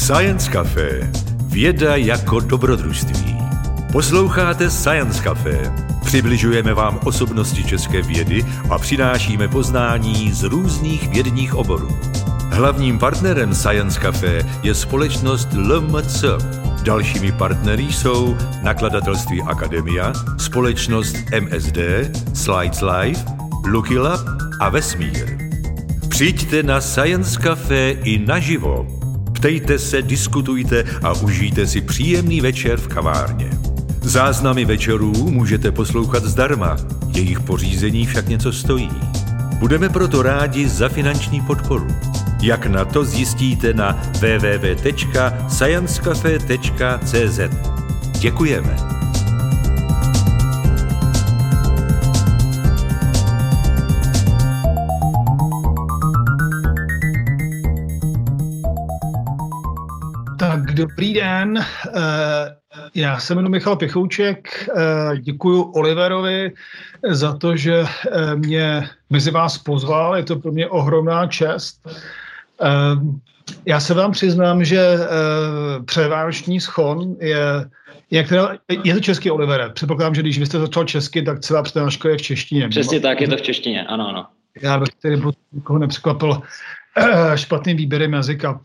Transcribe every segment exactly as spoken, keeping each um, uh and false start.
Science Café. Věda jako dobrodružství. Posloucháte Science Café. Přibližujeme vám osobnosti české vědy a přinášíme poznání z různých vědních oborů. Hlavním partnerem Science Café je společnost L M C. Dalšími partnery jsou nakladatelství Akademia, společnost M S D, Slides Live, Lucky Lab a Vesmír. Přijďte na Science Café i naživo. Ptejte se, diskutujte a užijte si příjemný večer v kavárně. Záznamy večerů můžete poslouchat zdarma, jejich pořízení však něco stojí. Budeme proto rádi za finanční podporu. Jak na to zjistíte na w w w tečka science cafe tečka c z. Děkujeme. Tak dobrý den, já se jmenuji Michal Pichouček, děkuju Oliverovi za to, že mě mezi vás pozval, je to pro mě ohromná čest. Já se vám přiznám, že předvánoční schon je, je, která, je to český, Olivere. Předpokládám, že když vy jste začal česky, tak celá přednáška je v češtině. Přesně tak, je to v češtině, ano, ano. Já bych tedy nikoho nepřekvapil špatným výběrem jazyka.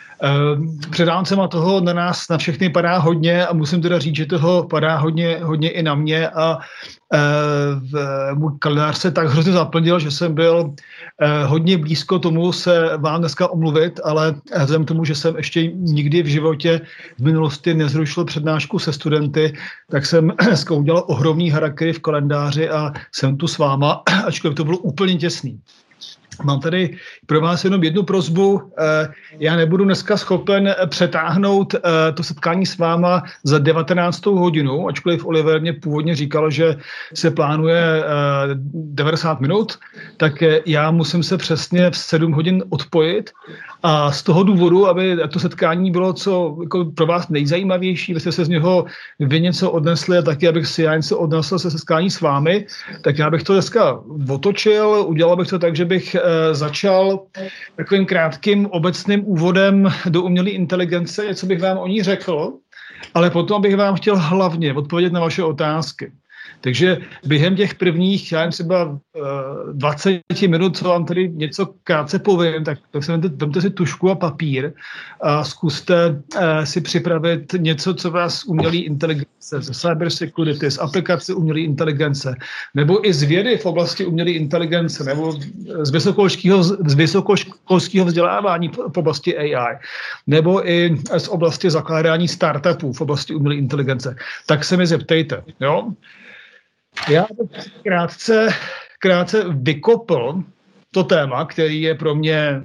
Před Vánoncema toho na nás, na všechny padá hodně a musím teda říct, že toho padá hodně, hodně i na mě a v můj kalendář se tak hrozně zaplnil, že jsem byl hodně blízko tomu se vám dneska omluvit, ale vzhledem tomu, že jsem ještě nikdy v životě v minulosti nezrušil přednášku se studenty, tak jsem dneska udělal ohromný harakiri v kalendáři a jsem tu s váma, ačkoliv to bylo úplně těsný. Mám tady pro vás jenom jednu prosbu. Já nebudu dneska schopen přetáhnout to setkání s váma za devatenáctou hodinu, ačkoliv Oliver mě původně říkal, že se plánuje devadesát minut, tak já musím se přesně v sedm hodin odpojit a z toho důvodu, aby to setkání bylo co jako pro vás nejzajímavější, abyste se z něho vy něco odnesli a taky, abych si já něco odnesl se setkání s vámi, tak já bych to dneska otočil, udělal bych to tak, že bych začal takovým krátkým obecným úvodem do umělé inteligence, něco bych vám o ní řekl, ale potom bych vám chtěl hlavně odpovědět na vaše otázky. Takže během těch prvních, já jen třeba dvacet minut, co vám tady něco krátce povím, tak, tak si vemte, vemte si tušku a papír a zkuste uh, si připravit něco, co vás umělé inteligence, ze cyber security, z aplikace umělé inteligence, nebo i z vědy v oblasti umělé inteligence, nebo z vysokoškolského, z vysokoškolského vzdělávání v oblasti A I, nebo i z oblasti zakládání startupů v oblasti umělé inteligence. Tak se mi zeptejte, jo? Já bych krátce, krátce vykopl to téma, který je pro mě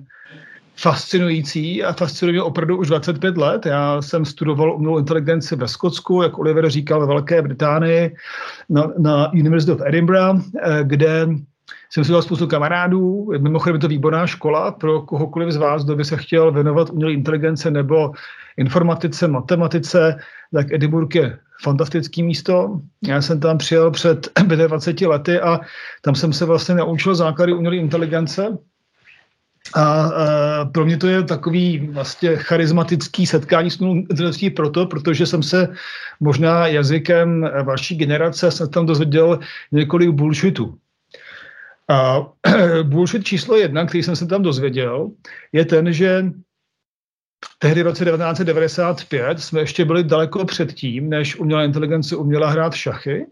fascinující a fascinuje mě opravdu už dvacet pět let. Já jsem studoval umělou inteligenci ve Skotsku, jak Oliver říkal, ve Velké Británii, na, na University of Edinburgh, kde jsem si dal spoustu kamarádů. Mimochodem je to výborná škola pro kohokoliv z vás, kdo by se chtěl věnovat umělé inteligence nebo informatice, matematice, tak Edinburgh je fantastické místo. Já jsem tam přijel před dvaceti pěti lety a tam jsem se vlastně naučil základy umělé inteligence. A, a pro mě to je takový vlastně charismatický setkání s umělou inteligencí proto, protože jsem se možná jazykem vaší generace jsem tam dozvěděl několik bullshitů. A bullshit číslo jedna, který jsem se tam dozvěděl, je ten, že tehdy v roce devatenáct set devadesát pět jsme ještě byli daleko předtím, než umělá inteligence uměla hrát šachy.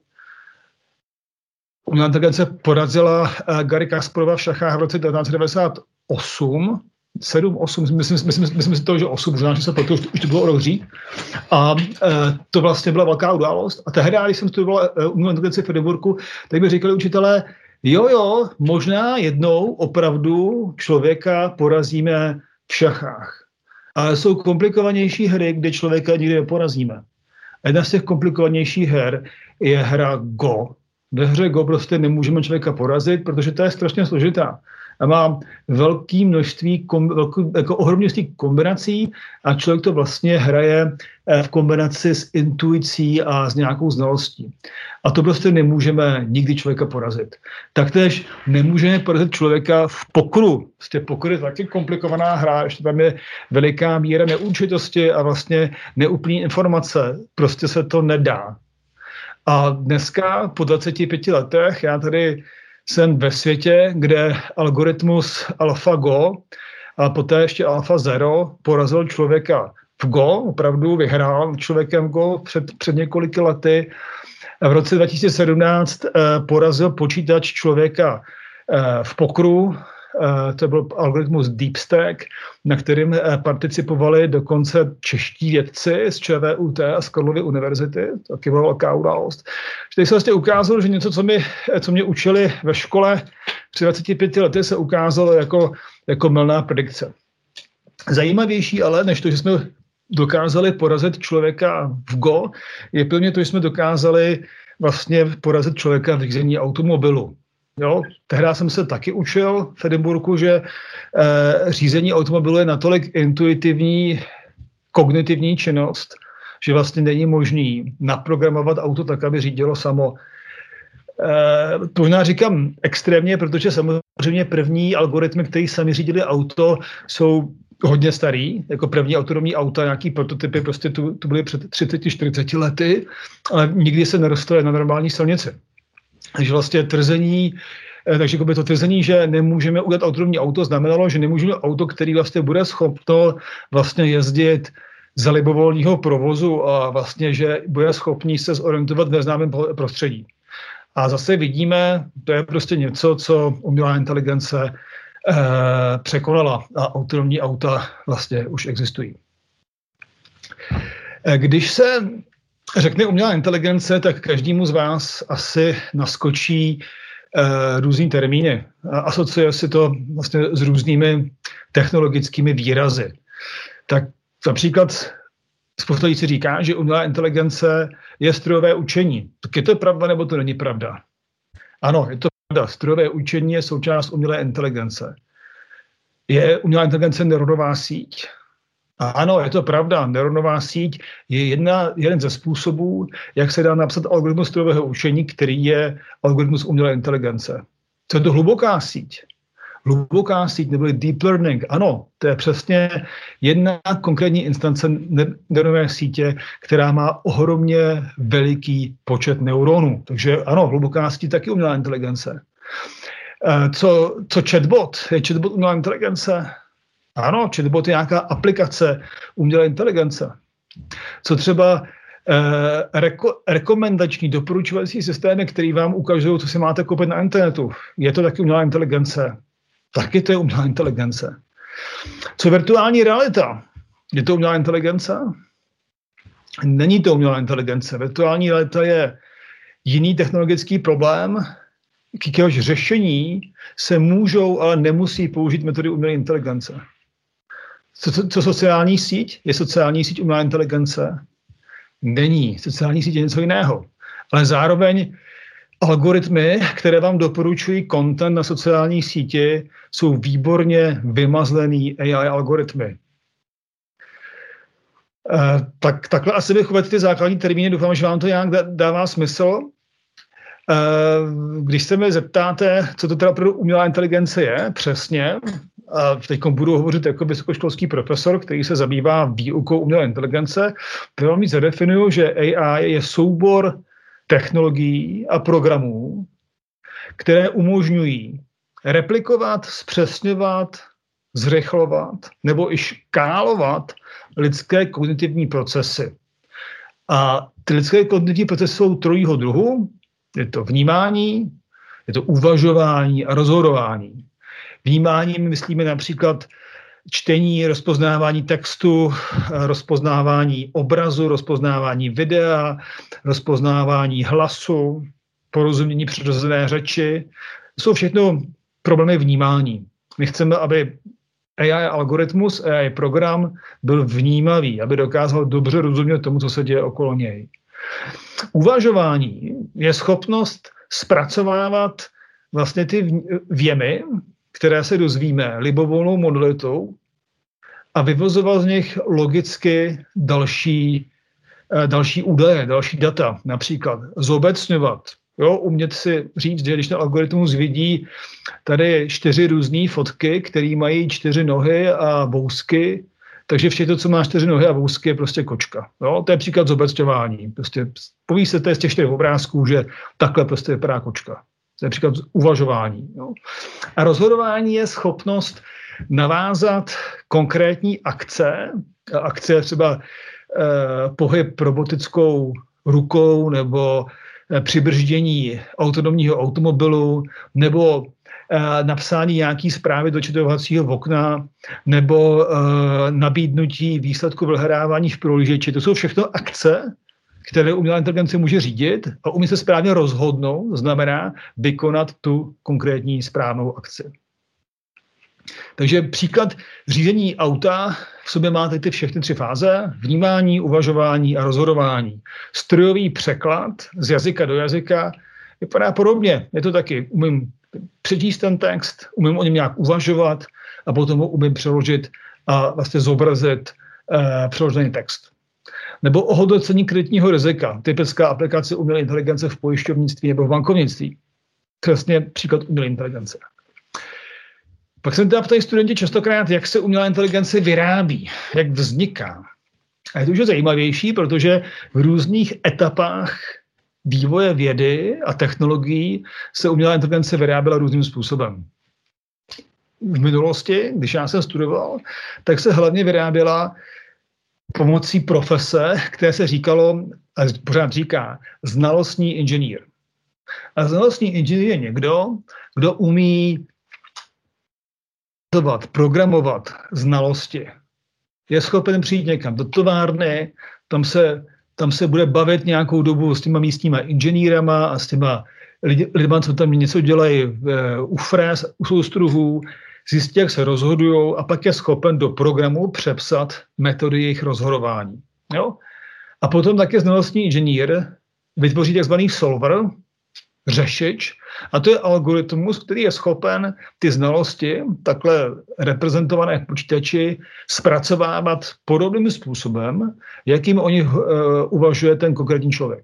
Umělá inteligence porazila Garry Kasparova v šachách v roce devatenáct set devadesát osm, sedm, osm, myslím, myslím, myslím si toho, že osm, možná, že se proto, už, už to bylo o rok dřív. A e, to vlastně byla velká událost. A tehdy, když jsem studoval e, umělou inteligenci v Edinburghu, tak by říkali učitelé, jo, jo, možná jednou opravdu člověka porazíme v šachách. Ale jsou komplikovanější hry, kde člověka nikdy neporazíme. A jedna z těch komplikovanějších her je hra Go. Ve hře Go prostě nemůžeme člověka porazit, protože to je strašně složitá. a má velké množství, kom, velkou, jako ohromné množství kombinací a člověk to vlastně hraje v kombinaci s intuicí a s nějakou znalostí. A to prostě nemůžeme nikdy člověka porazit. Taktéž nemůžeme porazit člověka v pokru. Prostě pokr je taky komplikovaná hra, ještě tam je veliká míra neúčitosti a vlastně neúplný informace. Prostě se to nedá. A dneska po dvaceti pěti letech já tady jsem ve světě, kde algoritmus AlphaGo a poté ještě AlphaZero porazil člověka v Go, opravdu vyhrál člověkem Go před, před několika lety. V roce dva tisíce sedmnáct eh, porazil počítač člověka eh, v pokru. Eh, to byl algoritmus DeepStack, na kterým eh, participovali dokonce čeští vědci z ČVUT a z Karlovy univerzity. Taky byla velká událost. Teď se vlastně ukázalo, že něco, co, mi, co mě učili ve škole před dvaceti pěti lety, se ukázalo jako, jako mylná predikce. Zajímavější ale, než to, že jsme dokázali porazit člověka v Go, je pro mě to, že jsme dokázali vlastně porazit člověka v řízení automobilu. Jo? Tehdy jsem se taky učil v Edinburghu, že e, řízení automobilu je natolik intuitivní, kognitivní činnost, že vlastně není možný naprogramovat auto tak, aby řídilo samo. E, to možná říkám extrémně, protože samozřejmě první algoritmy, které sami řídili auto, jsou hodně starý, jako první autonomní auta, nějaký prototypy, prostě tu, tu byly před třiceti čtyřiceti lety, ale nikdy se nerostly na normální silnici. Takže vlastně tvrzení, takže jako by to tvrzení, že nemůžeme udělat autonomní auto, znamenalo, že nemůžeme auto, který vlastně bude schopno vlastně jezdit za libovolného provozu a vlastně, že bude schopný se zorientovat ve známém prostředí. A zase vidíme, to je prostě něco, co umělá inteligence Eh, překonala a autonomní auta vlastně už existují. Eh, když se řekne umělá inteligence, tak každému z vás asi naskočí eh, různý termíny. A asociuje si to vlastně s různými technologickými výrazy. Tak například spousta lidí si říká, že umělá inteligence je strojové učení. Tak je to pravda, nebo to není pravda? Ano, je to pravda. Strojové učení je součást umělé inteligence. Je umělá inteligence neuronová síť? A ano, je to pravda. Neuronová síť je jedna, jeden ze způsobů, jak se dá napsat algoritmus strojového učení, který je algoritmus umělé inteligence. Co je to hluboká síť? Hluboká síť neboli deep learning. Ano, to je přesně jedna konkrétní instance neuronové sítě, která má ohromně veliký počet neuronů. Takže ano, hluboká síť taky umělá inteligence. Co, co chatbot? Je chatbot umělá inteligence? Ano, chatbot je nějaká aplikace umělé inteligence. Co třeba eh, reko, rekomendační, doporučovací systémy, které vám ukážou, co si máte koupit na internetu. Je to taky umělá inteligence? Taky to je umělá inteligence. Co virtuální realita? Je to umělá inteligence? Není to umělá inteligence. Virtuální realita je jiný technologický problém, k jehož řešení se můžou, ale nemusí použít metody umělé inteligence. Co, co, co sociální síť? Je sociální síť umělá inteligence? Není. Sociální síť je něco jiného. Ale zároveň algoritmy, které vám doporučují content na sociální síti, jsou výborně vymazlený A I algoritmy. E, tak, takhle asi bych uvedl ty základní termíny. Doufám, že vám to nějak dává smysl. E, když se mi zeptáte, co to teda pro umělá inteligence je, přesně, a teď budu hovořit jako vysokoškolský profesor, který se zabývá výukou umělé inteligence, tak vám zadefinuju, že A I je soubor technologií a programů, které umožňují replikovat, zpřesňovat, zrychlovat nebo i škálovat lidské kognitivní procesy. A ty lidské kognitivní procesy jsou trojího druhu. Je to vnímání, je to uvažování a rozhodování. Vnímání myslíme například čtení, rozpoznávání textu, rozpoznávání obrazu, rozpoznávání videa, rozpoznávání hlasu, porozumění přirozené řeči. To jsou všechno problémy vnímání. My chceme, aby A I algoritmus, A I program byl vnímavý, aby dokázal dobře rozumět tomu, co se děje okolo něj. Uvažování je schopnost zpracovávat vlastně ty vjemy, které se dozvíme libovolnou modalitou a vyvozovat z nich logicky další, další údaje, další data. Například zobecňovat. Jo, umět si říct, že když ten algoritmus vidí tady čtyři různé fotky, které mají čtyři nohy a vousky, takže všechno, co má čtyři nohy a vousky, je prostě kočka. Jo, to je příklad zobecňování. Prostě poví se z těch čtyř obrázků, že takhle prostě vypadá kočka. To je příklad uvažování. Jo. A rozhodování je schopnost navázat konkrétní akce, akce třeba eh, pohyb robotickou rukou nebo eh, přibrždění autonomního automobilu nebo eh, napsání nějaký zprávy do četovacího okna nebo eh, nabídnutí výsledku vyhledávání v prohlížeči. To jsou všechno akce, které umělá inteligence může řídit a umí se správně rozhodnout, znamená vykonat tu konkrétní správnou akci. Takže příklad řízení auta v sobě máte ty všechny tři fáze: vnímání, uvažování a rozhodování. Strojový překlad z jazyka do jazyka vypadá podobně. Je to taky, umím přečíst ten text, umím o něm nějak uvažovat a potom ho umím přeložit a vlastně zobrazit eh, přeložený text. Nebo ohodnocení kreditního rizika, typická aplikace umělé inteligence v pojišťovnictví nebo v bankovnictví. Přesně příklad umělé inteligence. Pak se teda ptají studenti častokrát, jak se umělá inteligence vyrábí, jak vzniká. A je to už zajímavější, protože v různých etapách vývoje vědy a technologií se umělá inteligence vyráběla různým způsobem. V minulosti, když já jsem studoval, tak se hlavně vyráběla pomocí profese, které se říkalo, a pořád říká, znalostní inženýr. A znalostní inženýr je někdo, kdo umí programovat znalosti. Je schopen přijít někam do továrny, tam se, tam se bude bavit nějakou dobu s těma místníma inženýrama a s těma lidma, co tam něco dělají u fréz, u soustruhů, zjistí, jak se rozhodujou a pak je schopen do programu přepsat metody jejich rozhodování. Jo? A potom také znalostní inženýr vytvoří takzvaný solver, řešič, a to je algoritmus, který je schopen ty znalosti, takhle reprezentované v počítači, zpracovávat podobným způsobem, jakým o nich uh, uvažuje ten konkrétní člověk.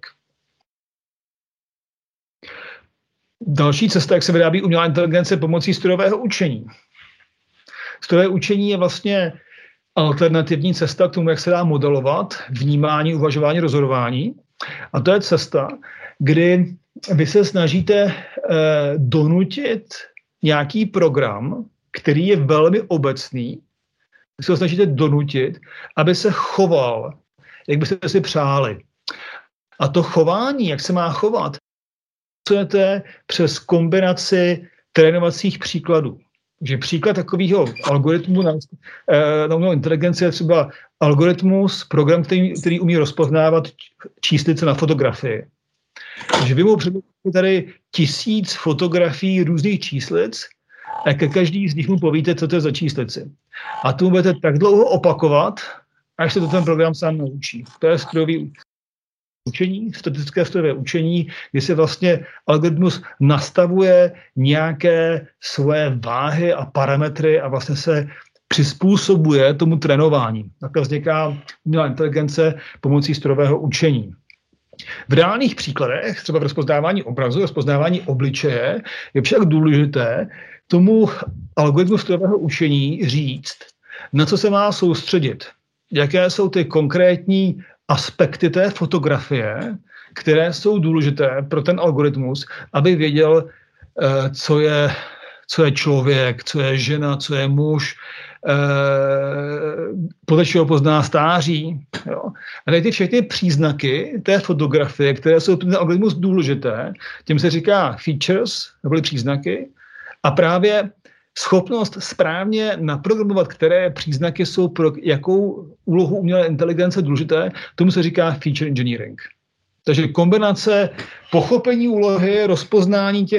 Další cesta, jak se vyrábí umělá inteligence pomocí strojového učení. Strojové učení je vlastně alternativní cesta k tomu, jak se dá modelovat vnímání, uvažování, rozhodování. A to je cesta, kdy vy se snažíte eh, donutit nějaký program, který je velmi obecný, vy se ho snažíte donutit, aby se choval, jak byste si přáli. A to chování, jak se má chovat, pracujete přes kombinaci trénovacích příkladů. Takže příklad takového algoritmu na, na umělou inteligenci je třeba algoritmus, program, který, který umí rozpoznávat číslice na fotografii. Takže vy mu předložíte tady tisíc fotografií různých číslic a ke každý z nich mu povíte, co to je za číslici. A to budete tak dlouho opakovat, až se to ten program sám naučí. To je strojový učení, statistické strojové učení, kdy se vlastně algoritmus nastavuje nějaké svoje váhy a parametry a vlastně se přizpůsobuje tomu trénování. Takhle vzniká umělá inteligence pomocí strojového učení. V reálných příkladech, třeba v rozpoznávání obrazu, rozpoznávání obličeje, je však důležité tomu algoritmu strojového učení říct, na co se má soustředit, jaké jsou ty konkrétní aspekty té fotografie, které jsou důležité pro ten algoritmus, aby věděl, co je, co je člověk, co je žena, co je muž, podle čeho pozná stáří. Jo. A tady ty všechny příznaky té fotografie, které jsou pro ten algoritmus důležité, těm se říká features, neboli příznaky, a právě schopnost správně naprogramovat, které příznaky jsou pro jakou úlohu umělé inteligence důležité, tomu se říká feature engineering. Takže kombinace pochopení úlohy, rozpoznání těch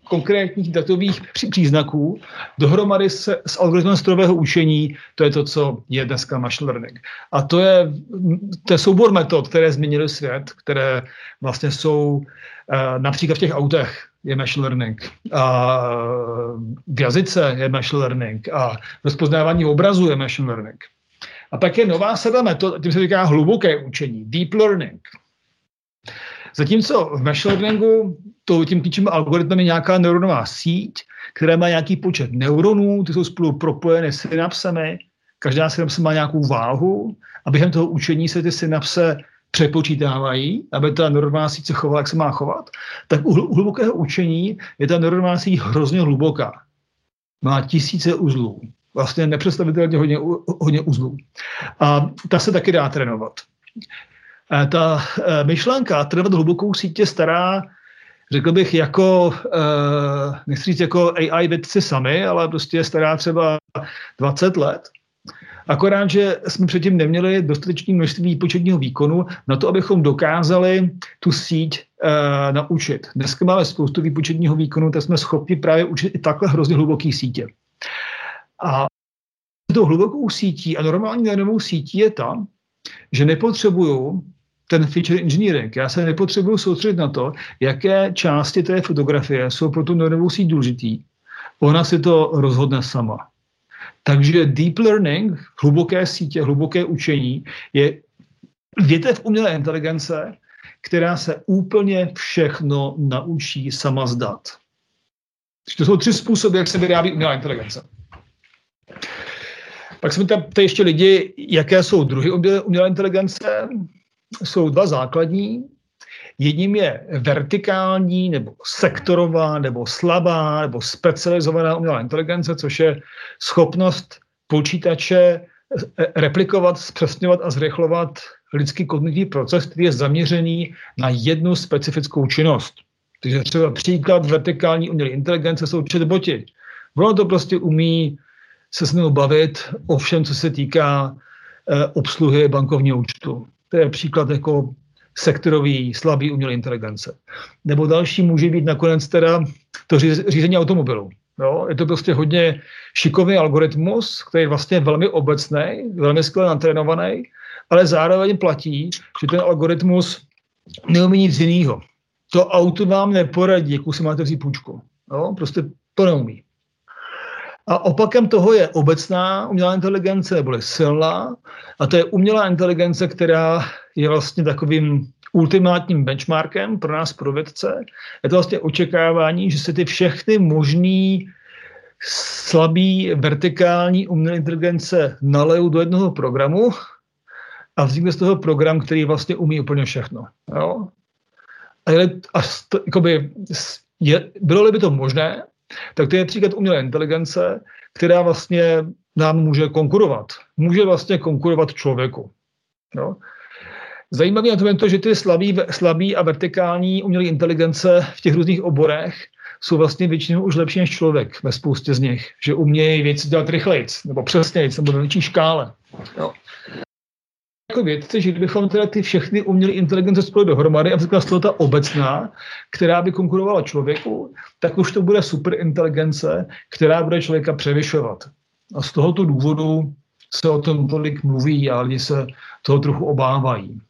konkrétních datových příznaků dohromady se, s algoritmem strojového učení, to je to, co je dneska machine learning. A to je, to je soubor metod, které změnily svět, které vlastně jsou například v těch autech je machine learning, a v jazyce je machine learning a rozpoznávání obrazu je machine learning. A pak je nová sada metod, tím se říká hluboké učení, deep learning. Zatímco v machine learningu to tím klíčovým algoritmem je nějaká neuronová síť, která má nějaký počet neuronů, ty jsou spolu propojeny synapsemi, každá synapse má nějakou váhu a během toho učení se ty synapse přepočítávají, aby ta neuronová síť se chovala, jak se má chovat, tak u hlubokého učení je ta neuronová síť hrozně hluboká. Má tisíce uzlů. Vlastně nepředstavitelně hodně, hodně uzlů. A ta se taky dá trénovat. Ta myšlenka trénovat hlubokou sítě stará, řekl bych, jako, nechci říct jako A I vědci sami, ale prostě je stará třeba dvacet let. Akorát, že jsme předtím neměli dostatečné množství výpočetního výkonu na to, abychom dokázali tu síť e, naučit. Dneska máme spoustu výpočetního výkonu, tak jsme schopni právě učit i takhle hrozně hluboké sítě. A tou hlubokou sítí a normální neuronovou sítí je ta, že nepotřebuju ten feature engineering. Já se nepotřebuju soustředit na to, jaké části té fotografie jsou pro tu neuronovou síť důležitý. Ona si to rozhodne sama. Takže deep learning, hluboké sítě, hluboké učení, je větev umělé inteligence, která se úplně všechno naučí sama zdat. To jsou tři způsoby, jak se vyrábí umělá inteligence. Pak jsme tam ještě lidi, jaké jsou druhy umělé inteligence. Jsou dva základní. Jedním je vertikální, nebo sektorová, nebo slabá, nebo specializovaná umělá inteligence, což je schopnost počítače replikovat, zpřesňovat a zrychlovat lidský kognitivní proces, který je zaměřený na jednu specifickou činnost. Takže třeba příklad vertikální umělé inteligence jsou chatboti. Ono to prostě umí se s ním bavit o všem, co se týká eh, obsluhy bankovního účtu. To je příklad jako sektorový, slabý umělé inteligence. Nebo další může být nakonec teda to řízení automobilu. Jo? Je to prostě hodně šikovný algoritmus, který je vlastně velmi obecný, velmi skvěle natrénovaný, ale zároveň platí, že ten algoritmus neumí nic jiného. To auto vám neporadí, jakou si máte vzít půjčku. Jo? Prostě to neumí. A opakem toho je obecná umělá inteligence, nebo silná, a to je umělá inteligence, která je vlastně takovým ultimátním benchmarkem pro nás, pro vědce. Je to vlastně očekávání, že se ty všechny možný slabý vertikální umělé inteligence nalejou do jednoho programu a vznikne z toho program, který vlastně umí úplně všechno. Jo? A, je, a st, jakoby, je, bylo-li by to možné, tak to je příklad umělé inteligence, která vlastně nám může konkurovat. Může vlastně konkurovat člověku. Jo? Zajímavé na tom je to, že ty slabý, slabý a vertikální umělé inteligence v těch různých oborech jsou vlastně většinou už lepší než člověk ve spoustě z nich. Že umějí věci dělat rychlejc, nebo přesnějc, nebo ve větší škále. Jo? Jako vědci, že kdybychom teda ty všechny umělé inteligence spojili dohromady a vznikla z toho ta obecná, která by konkurovala člověku, tak už to bude superinteligence, která bude člověka převyšovat. A z tohoto důvodu se o tom tolik mluví a lidi se toho trochu obávají.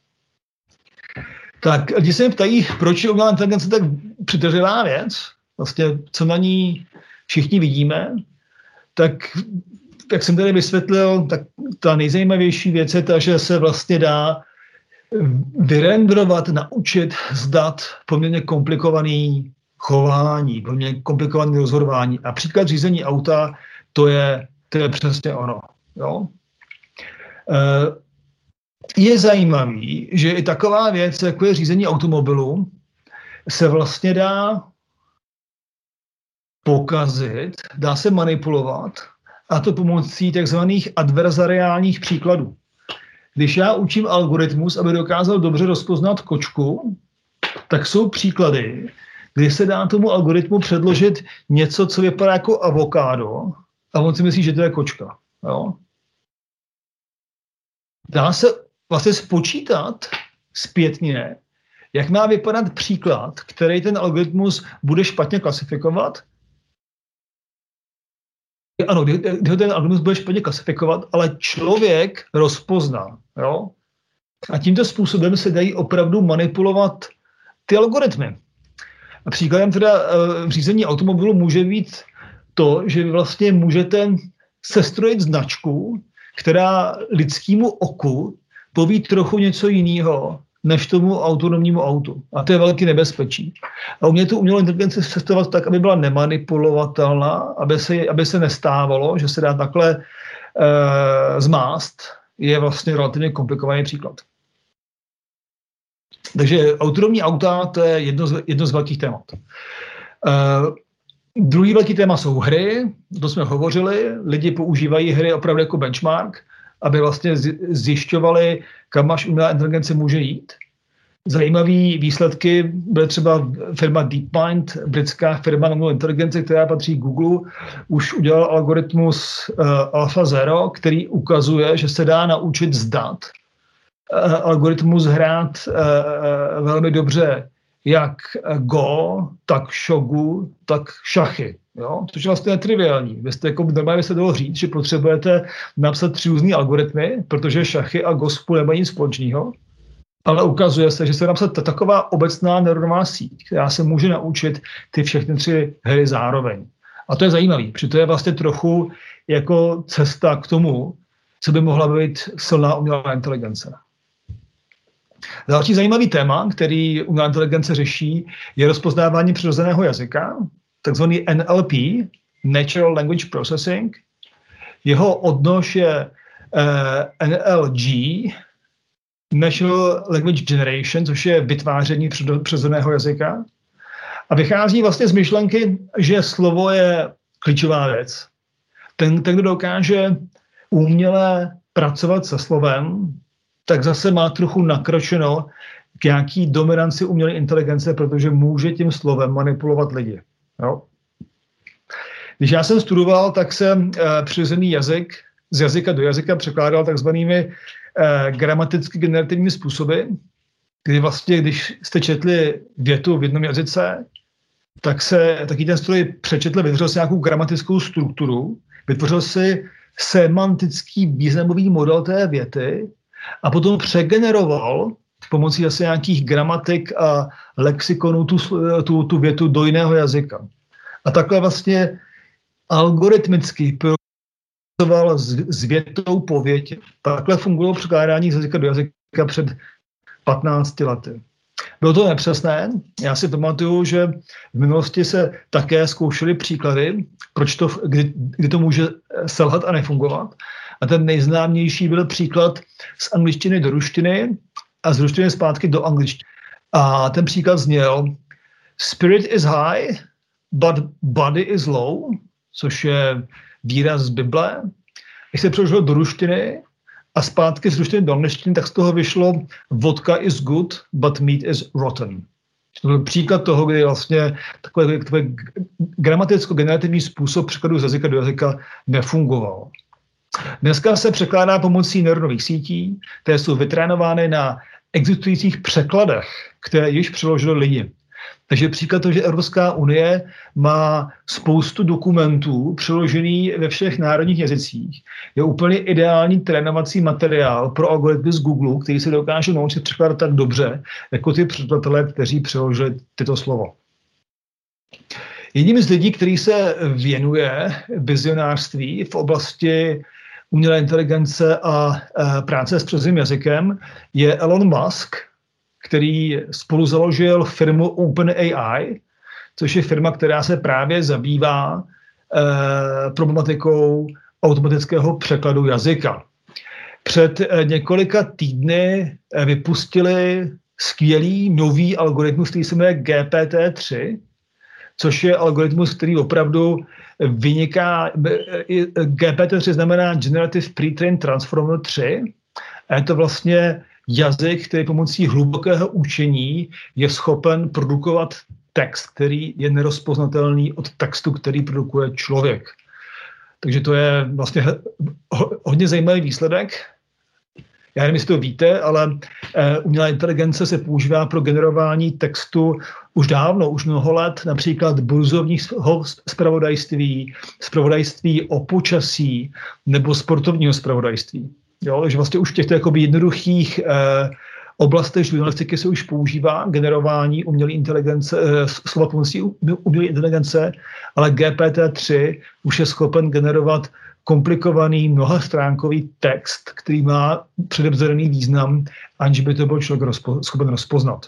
Tak lidi se mě ptají, proč je umělá inteligence tak přitažlivá věc, vlastně co na ní všichni vidíme, tak jak jsem tady vysvětlil, tak ta nejzajímavější věc je ta, že se vlastně dá vyrenderovat, naučit, zdat poměrně komplikovaný chování, poměrně komplikovaný rozhodování. A příklad řízení auta, to je, to je přesně ono. Jo? Je zajímavý, že i taková věc, jako je řízení automobilu, se vlastně dá pokazit, dá se manipulovat, a to pomocí takzvaných adverzariálních příkladů. Když já učím algoritmus, aby dokázal dobře rozpoznat kočku, tak jsou příklady, kdy se dá tomu algoritmu předložit něco, co vypadá jako avokádo, a on si myslí, že to je kočka. Jo? Dá se vlastně spočítat zpětně, jak má vypadat příklad, který ten algoritmus bude špatně klasifikovat. Ano, kdy, kdy ten algoritmus bude špatně klasifikovat, ale člověk rozpozná. Jo? A tímto způsobem se dají opravdu manipulovat ty algoritmy. A příkladem teda v řízení automobilu může být to, že vy vlastně můžete sestrojit značku, která lidskému oku poví trochu něco jiného, než tomu autonomnímu autu. A to je velký nebezpečí. A umět tu umělou inteligenci sestrojovat tak, aby byla nemanipulovatelná, aby se, aby se nestávalo, že se dá takhle e, zmást, je vlastně relativně komplikovaný příklad. Takže autonomní auta, to je jedno z, jedno z velkých témat. E, druhý velký téma jsou hry, to jsme hovořili, lidi používají hry opravdu jako benchmark, aby vlastně zjišťovali, kam až umělá inteligence může jít. Zajímavé výsledky byly třeba firma DeepMind, britská firma na umělou inteligenci, která patří Google, už udělal algoritmus uh, AlphaZero, který ukazuje, že se dá naučit z dat uh, algoritmus hrát uh, uh, velmi dobře jak Go, tak šogu, tak šachy. Jo? Což je vlastně netriviální. Vy jste jako normálně se dalo říct, že potřebujete napsat tři různý algoritmy, protože šachy a Go spolu nemají nic společného. Ale ukazuje se, že se napsat taková obecná neuronová síť, která se může naučit ty všechny tři hry zároveň. A to je zajímavý, protože to je vlastně trochu jako cesta k tomu, co by mohla být silná umělá inteligence. Další zajímavý téma, který umělá inteligence řeší, je rozpoznávání přirozeného jazyka, takzvaný N L P, Natural Language Processing. Jeho odnož je eh, N L G, Natural Language Generation, což je vytváření přirozeného jazyka. A vychází vlastně z myšlenky, že slovo je klíčová věc. Ten, ten kdo dokáže uměle pracovat se slovem, tak zase má trochu nakročeno k nějaký dominanci umělé inteligence, protože může tím slovem manipulovat lidi. Jo? Když já jsem studoval, tak jsem e, přirozený jazyk z jazyka do jazyka překládal takzvanými e, gramaticky generativními způsoby, kdy vlastně, když jste četli větu v jednom jazyce, tak se taky ten stroj přečetl, vytvořil si nějakou gramatickou strukturu, vytvořil si semantický významový model té věty a potom přegeneroval pomocí asi nějakých gramatik a lexikonů tu, tu, tu větu do jiného jazyka. A takhle vlastně algoritmicky pracoval s, s větou po větě. Takhle fungovalo překládání z jazyka do jazyka před patnácti lety. Bylo to nepřesné. Já si pamatuju, že v minulosti se také zkoušely příklady, proč to, kdy, kdy to může selhat a nefungovat. A ten nejznámější byl příklad z angličtiny do ruštiny a z ruštiny zpátky do angličtiny. A ten příklad zněl: Spirit is high, but body is low, což je výraz z Bible. Když se přeložilo do ruštiny a zpátky z ruštiny do angličtiny, tak z toho vyšlo vodka is good, but meat is rotten. To byl příklad toho, kdy vlastně takový, takový gramaticko-generativní způsob překladu z jazyka do jazyka nefungoval. Dneska se překládá pomocí neuronových sítí, které jsou vytrénovány na existujících překladech, které již přeložili lidi. Takže příklad toho, že Evropská unie má spoustu dokumentů přeložený ve všech národních jazycích, je úplně ideální trénovací materiál pro algoritmy z Google, který se dokáže naučit překládat tak dobře, jako ty překladatelé, kteří přeložili tyto slovo. Jedním z lidí, který se věnuje vizionářství v oblasti umělé inteligence a e, práce s přirozeným jazykem, je Elon Musk, který spolu založil firmu OpenAI, což je firma, která se právě zabývá e, problematikou automatického překladu jazyka. Před e, několika týdny e, vypustili skvělý nový algoritmus, který se jmenuje G P T tři, což je algoritmus, který opravdu vyniká. G P T tři znamená Generative Pre-trained Transformer tři. A je to vlastně jazyk, který pomocí hlubokého učení je schopen produkovat text, který je nerozpoznatelný od textu, který produkuje člověk. Takže to je vlastně hodně zajímavý výsledek. Já nevím, jestli to víte, ale eh, umělá inteligence se používá pro generování textu už dávno, už mnoho let, například burzovního zpravodajství, zpravodajství o počasí nebo sportovního zpravodajství. Jo, že vlastně už v těchto jakoby jednoduchých eh, oblastech žurnalistiky se už používá generování umělé inteligence, eh, slova pomocí umělé inteligence, ale G P T tři už je schopen generovat komplikovaný mnohastránkový text, který má předevzdaný význam, aniž by to byl člověk rozpo, schopen rozpoznat.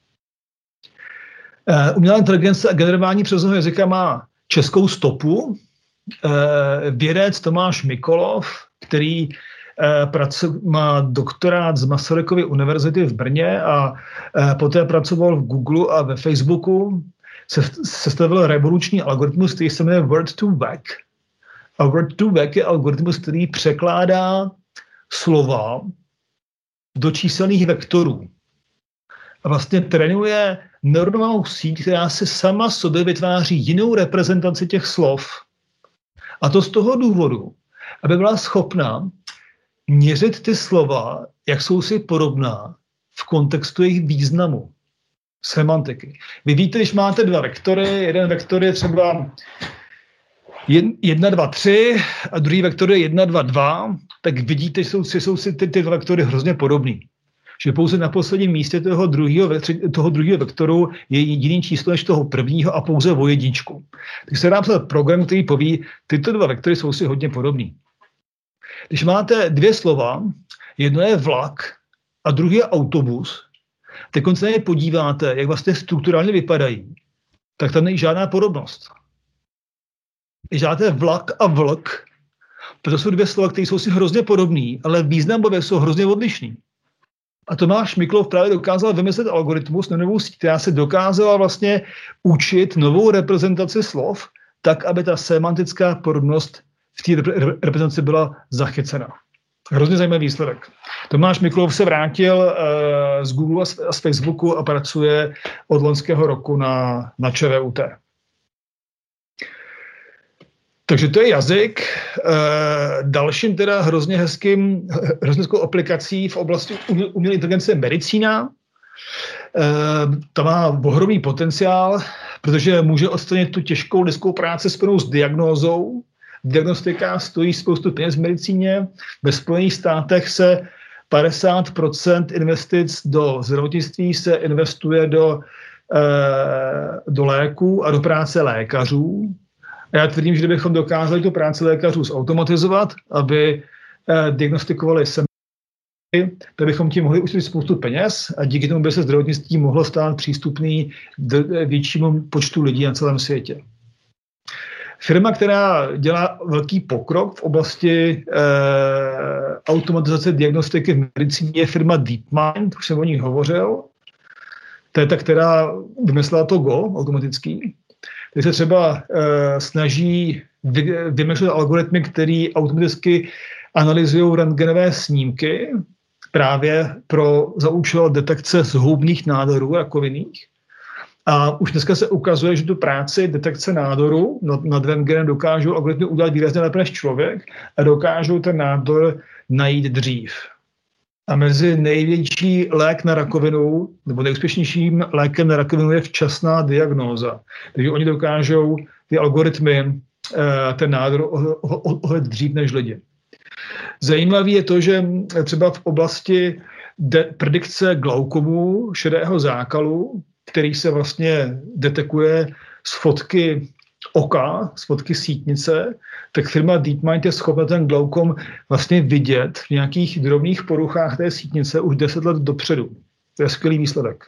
Uh, umělá inteligence a generování přirozeného jazyka má českou stopu. Uh, vědec Tomáš Mikolov, který uh, pracu, má doktorát z Masarykovy univerzity v Brně a uh, poté pracoval v Google a ve Facebooku, se, sestavil revoluční algoritmus, který se jmenuje Word to Vec. A Word to Vec je algoritmus, který překládá slova do číselných vektorů. A vlastně trénuje neuronovou síť, která se sama sobě vytváří jinou reprezentaci těch slov. A to z toho důvodu, aby byla schopna měřit ty slova, jak jsou si podobná v kontextu jejich významu, semantiky. Vy víte, když máte dva vektory, jeden vektor je třeba jedna, dva, tři a druhý vektor je jedna, dva, dva, tak vidíte, že jsou, že jsou si ty, ty dva vektory hrozně podobný. Že pouze na posledním místě toho druhého, toho druhého vektoru je jediný číslo než toho prvního a pouze o jedničku. Tak se dá psat program, který poví, tyto dva vektory jsou si hodně podobný. Když máte dvě slova, jedno je vlak a druhý je autobus, tak když se na ně podíváte, jak vlastně strukturálně vypadají, tak tam není žádná podobnost. Když dáte vlak a vlk, to jsou dvě slova, které jsou si hrozně podobný, ale významově jsou hrozně odlišný. A Tomáš Mikolov právě dokázal vymyslet algoritmus na novou síť, která se dokázala vlastně učit novou reprezentaci slov, tak, aby ta semantická podobnost v té reprezentaci byla zachycena. Hrozně zajímavý výsledek. Tomáš Mikolov se vrátil uh, z Google a z, a z Facebooku a pracuje od loňského roku na, na ČVUT. Takže to je jazyk. Dalším teda hrozně hezkým, hrozně hezkou aplikací v oblasti umělé inteligence je medicína. Ta má ohromný potenciál, protože může odstranit tu těžkou lidskou práci spojenou s diagnózou. Diagnostika stojí spoustu peněz v medicíně. Ve Spojených státech se padesát procent investic do zdravotnictví se investuje do, do léků a do práce lékařů. A já tvrdím, že kdybychom dokázali tu práci lékařů zautomatizovat, aby eh, diagnostikovali sami, tak bychom tím mohli ušetřit spoustu peněz a díky tomu by se zdravotnictví mohlo stát přístupný většímu počtu lidí na celém světě. Firma, která dělá velký pokrok v oblasti eh, automatizace diagnostiky v medicíně, je firma DeepMind, už jsem o ní hovořil. To je ta, která vymyslela to Go automatický. Tady se třeba uh, snaží vy, vymýšlet algoritmy, které automaticky analyzují rentgenové snímky právě pro za účel detekce zhoubných nádorů rakovinných. A už dneska se ukazuje, že tu práci detekce nádoru nad, nad rentgenem dokážou algoritmy udělat výrazně lépe než člověk a dokážou ten nádor najít dřív. A mezi největší lék na rakovinu, nebo nejúspěšnějším lékem na rakovinu je včasná diagnóza. Takže oni dokážou ty algoritmy ten nádor ohledat dřív než lidi. Zajímavé je to, že třeba v oblasti de- predikce glaukomu, šedého zákalu, který se vlastně detekuje z fotky oka, z fotky sítnice, tak firma DeepMind je schopna ten glaukom vlastně vidět v nějakých drobných poruchách té sítnice už deset let dopředu. To je skvělý výsledek.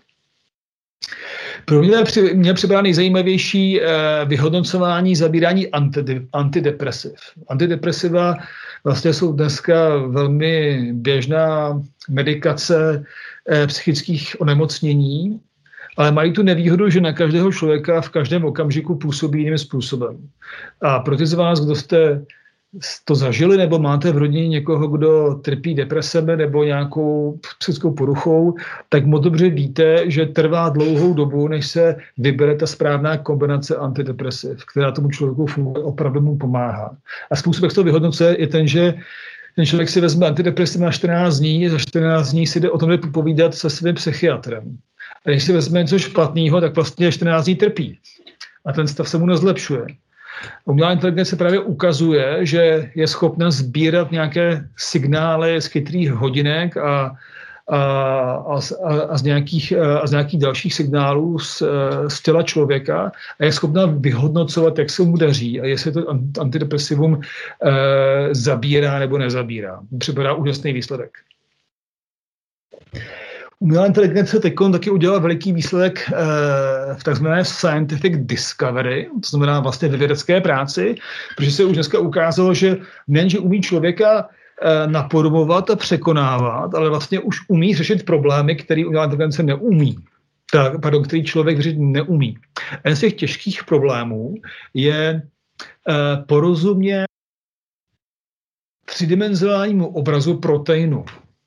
Pro mě, mě připadá nejzajímavější eh, vyhodnocování zabírání antide, antidepresiv. Antidepresiva vlastně jsou dneska velmi běžná medikace eh, psychických onemocnění, ale mají tu nevýhodu, že na každého člověka v každém okamžiku působí jiným způsobem. A pro ty z vás, kdo jste to zažili, nebo máte v rodině někoho, kdo trpí depresemi nebo nějakou psychickou poruchou, tak moc dobře víte, že trvá dlouhou dobu, než se vybere ta správná kombinace antidepresiv, která tomu člověku funguje, opravdu mu pomáhá. A způsob, jak to vyhodnocuje, je ten, že ten člověk si vezme antidepresiva na čtrnáct dní, za čtrnáct dní si jde o tom jde popovídat se svým psychiatrem. A když si vezme něco špatného, tak vlastně čtrnáct dní trpí. A ten stav se mu nezlepšuje. Umělá inteligence právě ukazuje, že je schopna sbírat nějaké signály z chytrých hodinek a, a, a, a, z, nějakých, a z nějakých dalších signálů z, z těla člověka a je schopna vyhodnocovat, jak se mu daří a jestli to antidepresivum e, zabírá nebo nezabírá. Připadá úžasný výsledek. Umělá inteligence teď taky udělala veliký výsledek e, v takzvané scientific discovery, to znamená vlastně ve vědecké práci, protože se už dneska ukázalo, že nejenže umí člověka e, napodobovat a překonávat, ale vlastně už umí řešit problémy, které umělá inteligence neumí. Tak, pardon, který člověk řešit neumí. A jeden z těch těžkých problémů je e, porozumět třidimenzionálnímu obrazu proteinu.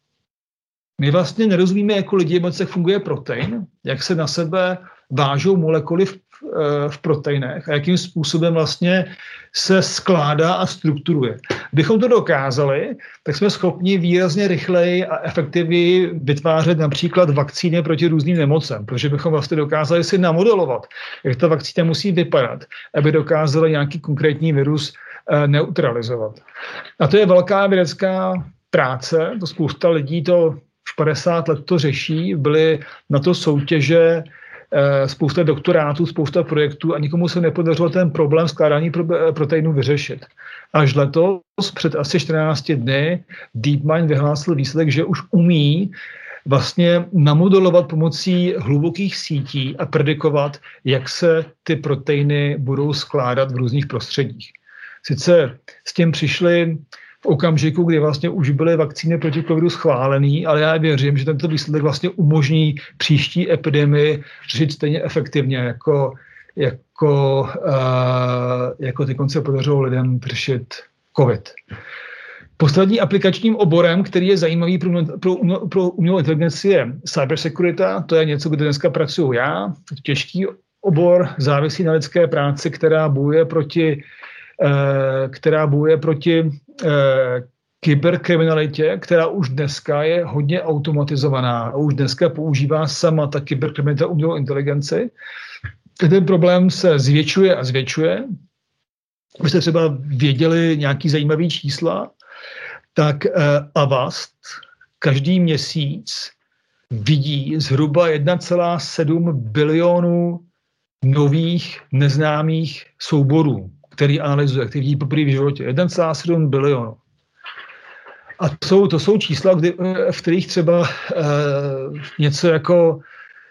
My vlastně nerozumíme jako lidi, moc jak funguje protein, jak se na sebe vážou molekuly v, v proteinech a jakým způsobem vlastně se skládá a strukturuje. Kdybychom to dokázali, tak jsme schopni výrazně rychleji a efektivněji vytvářet například vakcíny proti různým nemocem, protože bychom vlastně dokázali si namodelovat, jak ta vakcína musí vypadat, aby dokázala nějaký konkrétní virus neutralizovat. A to je velká vědecká práce, to spousta lidí to už padesát let to řeší, byly na to soutěže, spousta doktorátů, spousta projektů a nikomu se nepodařilo ten problém skládání proteinů vyřešit. Až letos, před asi čtrnácti dny, DeepMind vyhlásil výsledek, že už umí vlastně namodelovat pomocí hlubokých sítí a predikovat, jak se ty proteiny budou skládat v různých prostředích. Sice s tím přišli v okamžiku, kdy vlastně už byly vakcíny proti covidu schválený, ale já věřím, že tento výsledek vlastně umožní příští epidemii řešit stejně efektivně, jako, jako, uh, jako ty konce podařilo lidem řešit covid. Posledním aplikačním oborem, který je zajímavý pro, pro, pro umělou inteligenci, je cybersecurity. To je něco, kde dneska pracuju já. Těžký obor závisí na lidské práci, která bojuje proti která bojuje proti eh, kyberkriminalitě, která už dneska je hodně automatizovaná a už dneska používá sama ta kyberkriminalita umělou inteligenci. Ten problém se zvětšuje a zvětšuje. Abyste třeba věděli nějaký zajímavý čísla, tak eh, Avast každý měsíc vidí zhruba jedna celá sedm bilionu nových neznámých souborů, který analyzuje, který vidí poprvé v životě. jedna celá sedm bilionu. A to jsou, to jsou čísla, kdy, v kterých třeba eh, něco jako,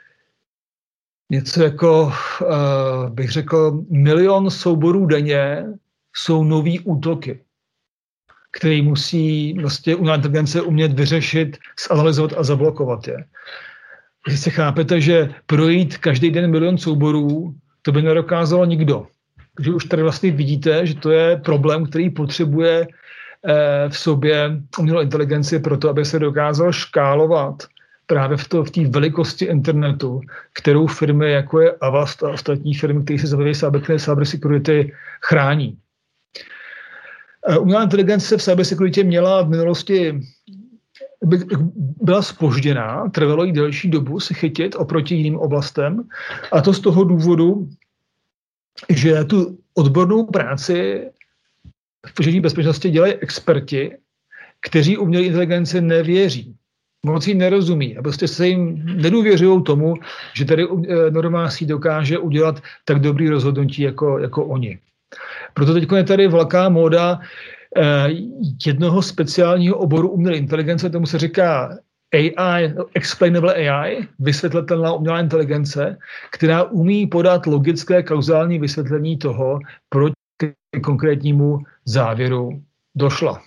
něco jako eh, bych řekl, milion souborů denně jsou nový útoky, který musí vlastně umělá inteligence umět vyřešit, zanalyzovat a zablokovat je. Když si chápete, že projít každý den milion souborů, to by nedokázalo nikdo. Takže už tady vlastně vidíte, že to je problém, který potřebuje eh, v sobě umělou inteligenci pro to, aby se dokázal škálovat právě v, to, v té velikosti internetu, kterou firmy jako je Avast a ostatní firmy, které se zabývají cybersecurity, chrání. Eh, umělá inteligence v cybersecurity měla v minulosti byla zpožděná, trvalo jí delší dobu se chytit oproti jiným oblastem a to z toho důvodu, že tu odbornou práci v požadí bezpečnosti dělají experti, kteří umělé inteligenci nevěří. Moc jí nerozumí a prostě se jim nedůvěřují tomu, že tady normální síť dokáže udělat tak dobrý rozhodnutí jako, jako oni. Proto teď je tady velká móda eh, jednoho speciálního oboru umělé inteligence, tomu se říká A I, explainable A I, vysvětlitelná umělá inteligence, která umí podat logické kauzální vysvětlení toho, proč k konkrétnímu závěru došla.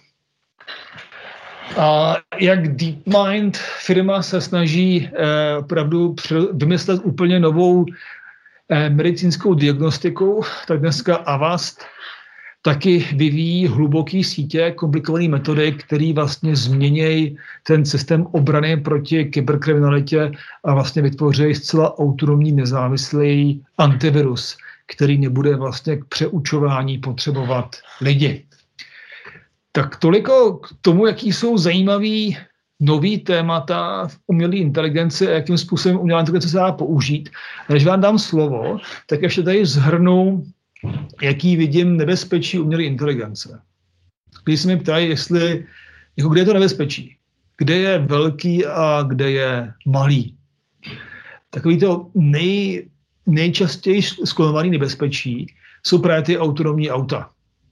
A jak DeepMind firma se snaží eh, opravdu vymyslet úplně novou eh, medicínskou diagnostiku, tak dneska Avast taky vyvíjí hluboký sítě, komplikované metody, které vlastně změnějí ten systém obrany proti kyberkriminalitě a vlastně vytvoří zcela autonomní nezávislý antivirus, který nebude vlastně k přeučování potřebovat lidi. Tak toliko k tomu, jaký jsou zajímavý nový témata v umělé inteligenci a jakým způsobem umělá inteligence se dá použít. Než vám dám slovo, tak ještě tady zhrnu, jaký vidím nebezpečí umělé inteligence. Když se mi ptají, jestli, jako kde je to nebezpečí, kde je velký a kde je malý. Takový to nej, nejčastěji skloňovaný nebezpečí jsou právě ty autonomní auta.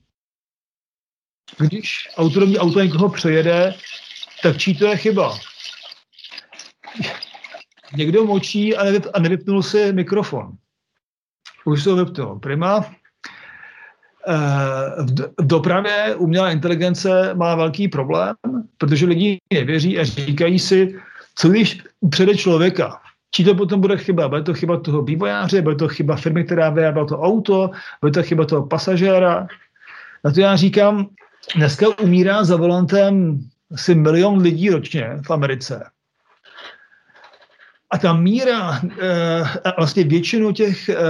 Když autonomní auto někoho přejede, tak čí to je chyba. Někdo močí a, nevyp, a nevypnul si mikrofon. Už se ho vypnul. Prima. V dopravě umělá inteligence má velký problém, protože lidi nevěří a říkají si, co když přede člověka. Čí to potom bude chyba? Bude to chyba toho vývojáře, bude to chyba firmy, která vyráběla to auto, bude to chyba toho pasažéra. Na to já říkám, dneska umírá za volantem asi milion lidí ročně v Americe. A ta míra, e, vlastně většinu těch, e,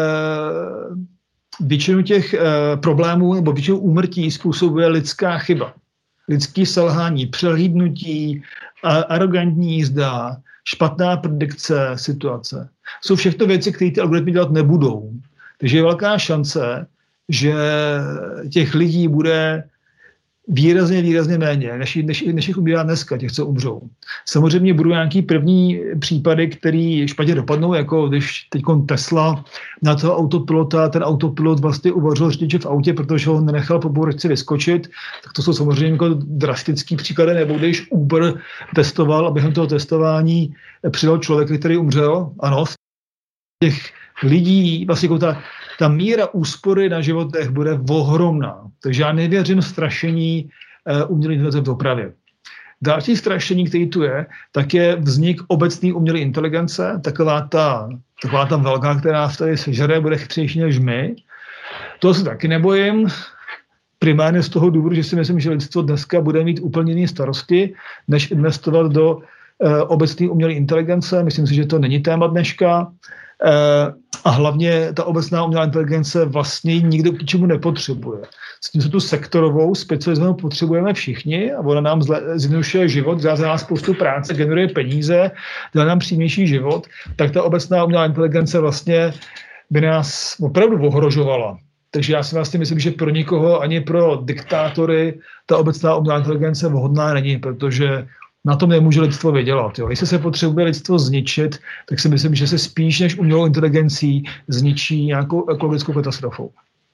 většinu těch e, problémů nebo většinu úmrtí způsobuje lidská chyba. Lidský selhání, přehlídnutí, arrogantní jízda, špatná predikce situace. Jsou všechno věci, které ty algoritmy dělat nebudou. Takže je velká šance, že těch lidí bude výrazně, výrazně méně, než, než, než jich umírá dneska, těch, co umřou. Samozřejmě budou nějaký první případy, které špatně dopadnou, jako když teď Tesla na toho autopilota, ten autopilot vlastně uvařil řidiče v autě, protože ho nenechal po bouřce vyskočit, tak to jsou samozřejmě jako drastický příklady, nebo když Uber testoval a během toho testování přidal člověk, který umřel, ano, těch lidí, vlastně jako ta, ta míra úspory na životech bude ohromná. Takže já nevěřím strašení uh, umělé inteligence v dopravě. Další strašení, který tu je, tak je vznik obecné umělé inteligence, taková ta, taková ta velká, která tady sežere, bude chytřejší než my. To se taky nebojím, primárně z toho důvodu, že si myslím, že lidstvo dneska bude mít úplně jiné starosti, než investovat do uh, obecné umělé inteligence. Myslím si, že to není téma dneška. A hlavně ta obecná umělá inteligence vlastně nikdo k čemu nepotřebuje. S tím se tu sektorovou specializovanou potřebujeme všichni a ona nám zjednodušuje život, dělá za nás spoustu práce, generuje peníze, dělá nám příjemnější život, tak ta obecná umělá inteligence vlastně by nás opravdu ohrožovala. Takže já si vlastně myslím, že pro nikoho, ani pro diktátory, ta obecná umělá inteligence vhodná není, protože na tom nemůže lidstvo vydělat. Jo. Jestli se potřebuje lidstvo zničit, tak si myslím, že se spíš než umělou inteligencí zničí nějakou ekologickou katastrofou.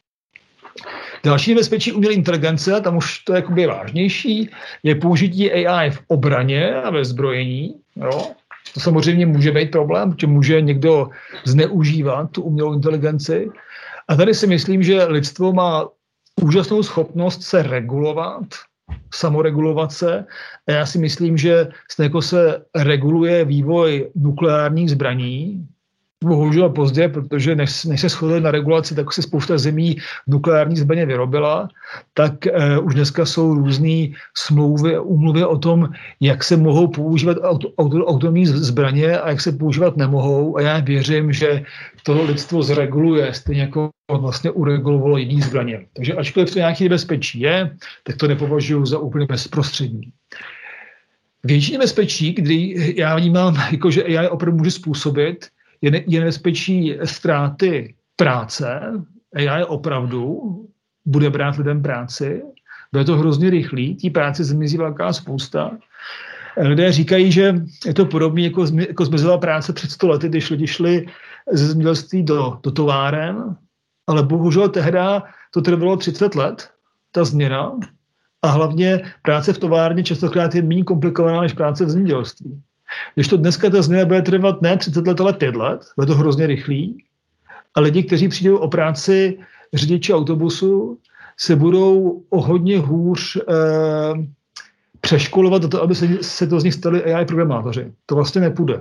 Další nebezpečí umělé inteligence, a tam už to je jakoby vážnější, je použití A I v obraně a ve zbrojení. Jo. To samozřejmě může být problém, že může někdo zneužívat tu umělou inteligenci. A tady si myslím, že lidstvo má úžasnou schopnost se regulovat, samoregulovat se. A já si myslím, že jako se reguluje vývoj nukleárních zbraní, bohužel pozdě, protože než, než se shodli na regulaci, tak se spousta zemí nukleární zbraně vyrobila, tak eh, už dneska jsou různé smlouvy, úmluvy o tom, jak se mohou používat auto, auto, autonomní zbraně a jak se používat nemohou. A já věřím, že to lidstvo zreguluje, stejně jako vlastně uregulovalo jiný zbraně. Takže ačkoliv to nějaké nebezpečí je, tak to nepovažuji za úplně bezprostřední. Větší nebezpečí, kdy já vnímám, jako, že A I opravdu může způsobit, je, ne, je nebezpečí ztráty práce. A I opravdu bude brát lidem práci, bude to hrozně rychlý, tí práce zmizí velká spousta. Lidé říkají, že je to podobné, jako, zmi, jako zmizela práce před sto lety, když lidi šli ze zemědělství do, do továren, ale bohužel tehdy to trvalo třicet let, ta změna, a hlavně práce v továrně častokrát je méně komplikovaná než práce v zemědělství. Když to dneska ta změna bude trvat ne třicet let, ale pět let, bude to hrozně rychlý, a lidi, kteří přijdou o práci řidiči autobusu, se budou o hodně hůř eh, přeškolovat do toho, aby se, se to z nich stali A I programátoři. To vlastně nepůjde.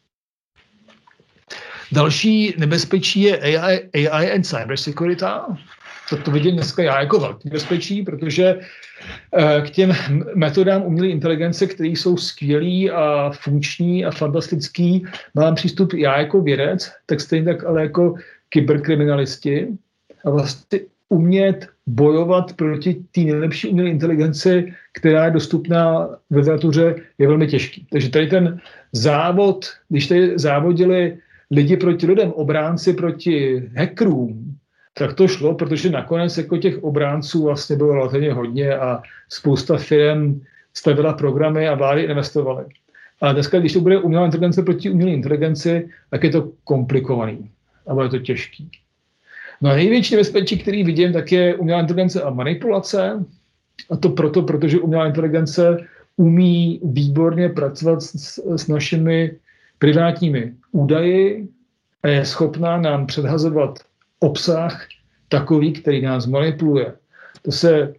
Další nebezpečí je A I, A I and cybersecurity. To, to vidím dneska já jako velký nebezpečí, protože eh, k těm metodám umělé inteligence, které jsou skvělý a funkční a fantastický, mám přístup já jako vědec, tak stejně tak ale jako kyberkriminalisti. A vlastně umět bojovat proti té nejlepší umělé inteligenci, která je dostupná v literatuře, je velmi těžký. Takže tady ten závod, když tady závodili lidi proti lidem, obránci proti hackerům, tak to šlo, protože nakonec jako těch obránců vlastně bylo relativně hodně a spousta firm stavila programy a vlády investovaly. A dneska, když to bude umělá inteligence proti umělé inteligenci, tak je to komplikovaný a bude to těžký. No a největší nebezpečí, který vidím, tak je umělá inteligence a manipulace. A to proto, protože umělá inteligence umí výborně pracovat s, s našimi privátními údaji a je schopná nám předhazovat obsah takový, který nás manipuluje. To se,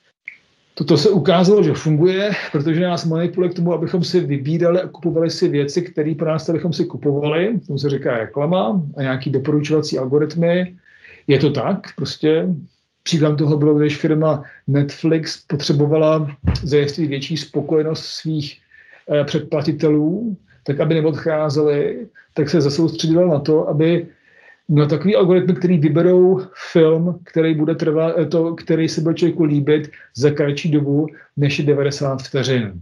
toto se ukázalo, že funguje, protože nás manipuluje k tomu, abychom si vybírali a kupovali si věci, které pro nás abychom si kupovali. Tomu se říká reklama a nějaký doporučovací algoritmy. Je to tak, prostě. Příklad toho bylo, když firma Netflix potřebovala zajistit větší spokojenost svých eh, předplatitelů, tak aby neodcházeli, tak se zasoustředila na to, aby na takový algoritmy, který vyberou film, který bude trvat, to, který se bude člověku líbit za kratší dobu, než je devadesát vteřin.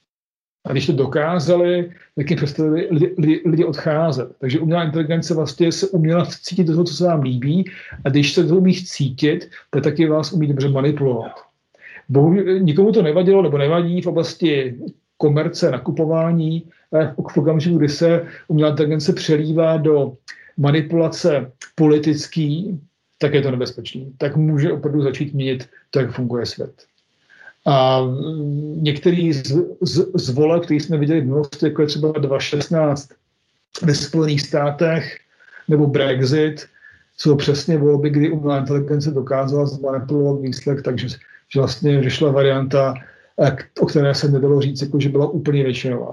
A když to dokázali, tak jim přestali lidi, lidi, lidi odcházet. Takže umělá inteligence vlastně se uměla cítit do toho, co se vám líbí, a když se toho umí cítit, tak taky vás umí dobře manipulovat. Bohužel nikomu to nevadilo, nebo nevadí v oblasti komerce, nakupování, v okamžiku, kdy se umělá inteligence přelívá do manipulace politický, tak je to nebezpečný. Tak může opravdu začít měnit to, jak funguje svět. A některý z, z, z voleb, který jsme viděli v minulosti, jako je třeba dva tisíce šestnáct ve Spojených státech, nebo Brexit, jsou přesně volby, kdy umělá inteligence dokázala zmanipulovat výsledek, takže že vlastně vyšla varianta, o které se nedalo říct, jako že byla úplně většinová.